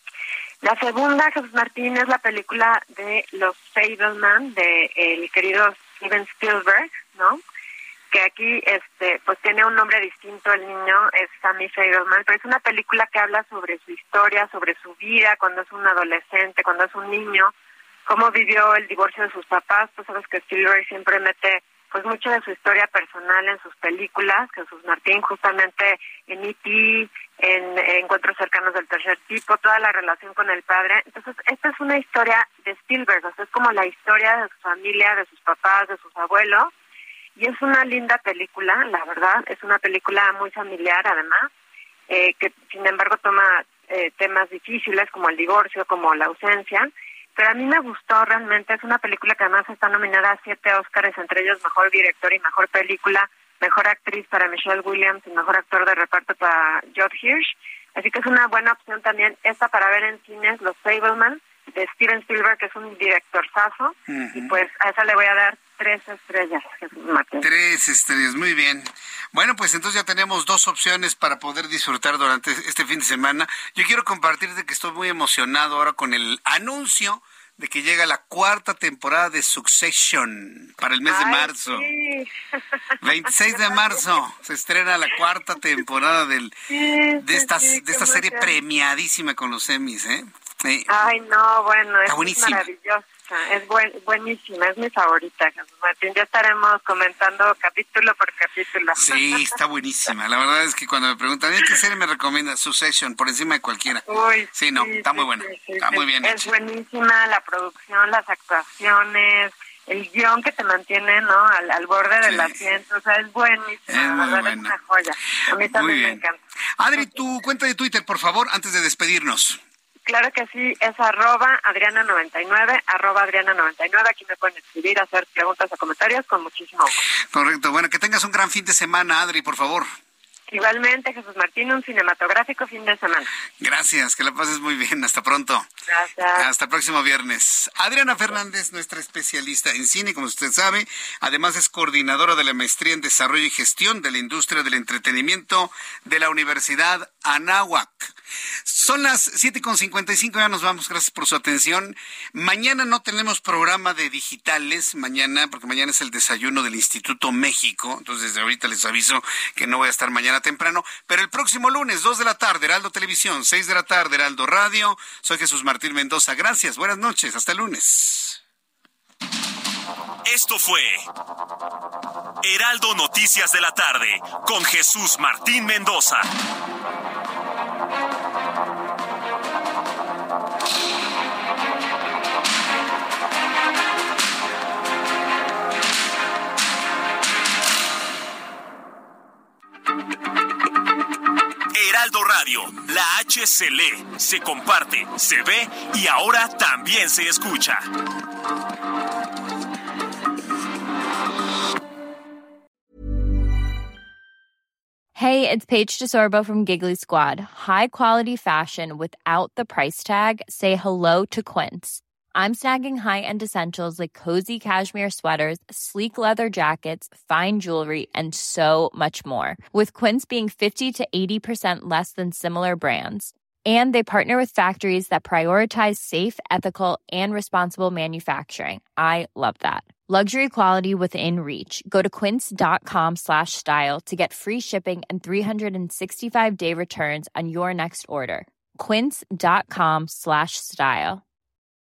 La segunda, Jesús Martín, es la película de Los Fabelman, de el querido Steven Spielberg, ¿no? Que aquí este pues tiene un nombre distinto, el niño es Sammy Fabelman, pero es una película que habla sobre su historia, sobre su vida cuando es un adolescente, cuando es un niño, cómo vivió el divorcio de sus papás. Tú sabes que Spielberg siempre mete pues mucho de su historia personal en sus películas. Jesús Martín, justamente en E T, en Encuentros Cercanos del Tercer Tipo, toda la relación con el padre. Entonces, esta es una historia de Spielberg, o sea, es como la historia de su familia, de sus papás, de sus abuelos. Y es una linda película, la verdad, es una película muy familiar además, eh, que sin embargo toma eh, temas difíciles como el divorcio, como la ausencia, pero a mí me gustó realmente. Es una película que además está nominada a siete Óscares, entre ellos Mejor Director y Mejor Película, Mejor Actriz para Michelle Williams y Mejor Actor de Reparto para Judd Hirsch, así que es una buena opción también esta para ver en cines, Los Fabelman, de Steven Spielberg, que es un directorzazo, uh-huh. y pues a esa le voy a dar tres estrellas, Jesús Martín. Tres estrellas, muy bien. Bueno, pues entonces ya tenemos dos opciones para poder disfrutar durante este fin de semana. Yo quiero compartirte que estoy muy emocionado ahora con el anuncio de que llega la cuarta temporada de Succession para el mes Ay, de marzo. Sí. veintiséis de marzo se estrena la cuarta temporada del sí, de esta, sí, de esta serie premiadísima con los Emmys, ¿eh? Sí. Ay, no, bueno, es buenísima. Maravillosa, es buen, buenísima, es mi favorita, Jesús Martín. Ya estaremos comentando capítulo por capítulo. Sí, está buenísima. La verdad es que cuando me preguntan, ¿qué serie me recomienda? Succession, por encima de cualquiera. Uy, sí, no, sí, está sí, muy buena, sí, sí, está sí. muy bien Es hecha. buenísima la producción, las actuaciones, el guión que te mantiene, ¿no? Al, al borde del sí. asiento, o sea, es buenísima. Es muy verdad, buena. Es una joya. A mí también me encanta. Adri, tu cuenta de Twitter, por favor, antes de despedirnos. Claro que sí, es arroba Adriana noventa y nueve, arroba Adriana noventa y nueve. Aquí me pueden escribir, hacer preguntas o comentarios con muchísimo gusto. Correcto. Bueno, que tengas un gran fin de semana, Adri, por favor. Igualmente, Jesús Martín, un cinematográfico fin de semana. Gracias, que la pases muy bien. Hasta pronto. Gracias. Hasta el próximo viernes. Adriana Fernández, nuestra especialista en cine, como usted sabe. Además es coordinadora de la Maestría en Desarrollo y Gestión de la Industria del Entretenimiento de la Universidad Anáhuac. Son las siete con cincuenta y cinco, ya nos vamos, gracias por su atención. Mañana no tenemos programa de digitales, mañana, porque mañana es el desayuno del Instituto México, entonces desde ahorita les aviso que no voy a estar mañana temprano, pero el próximo lunes, dos de la tarde, Heraldo Televisión, seis de la tarde, Heraldo Radio. Soy Jesús Martín Mendoza, gracias, buenas noches, hasta el lunes. Esto fue Heraldo Noticias de la tarde, con Jesús Martín Mendoza. Heraldo Radio, la H se lee, se comparte, se ve y ahora también se escucha. Hey, it's Paige DeSorbo from Giggly Squad. High quality fashion without the price tag. Say hello to Quince. I'm snagging high-end essentials like cozy cashmere sweaters, sleek leather jackets, fine jewelry, and so much more. With Quince being fifty to eighty percent less than similar brands. And they partner with factories that prioritize safe, ethical, and responsible manufacturing. I love that. Luxury quality within reach. Go to quince.com slash style to get free shipping and three sixty-five day returns on your next order. Quince.com slash style.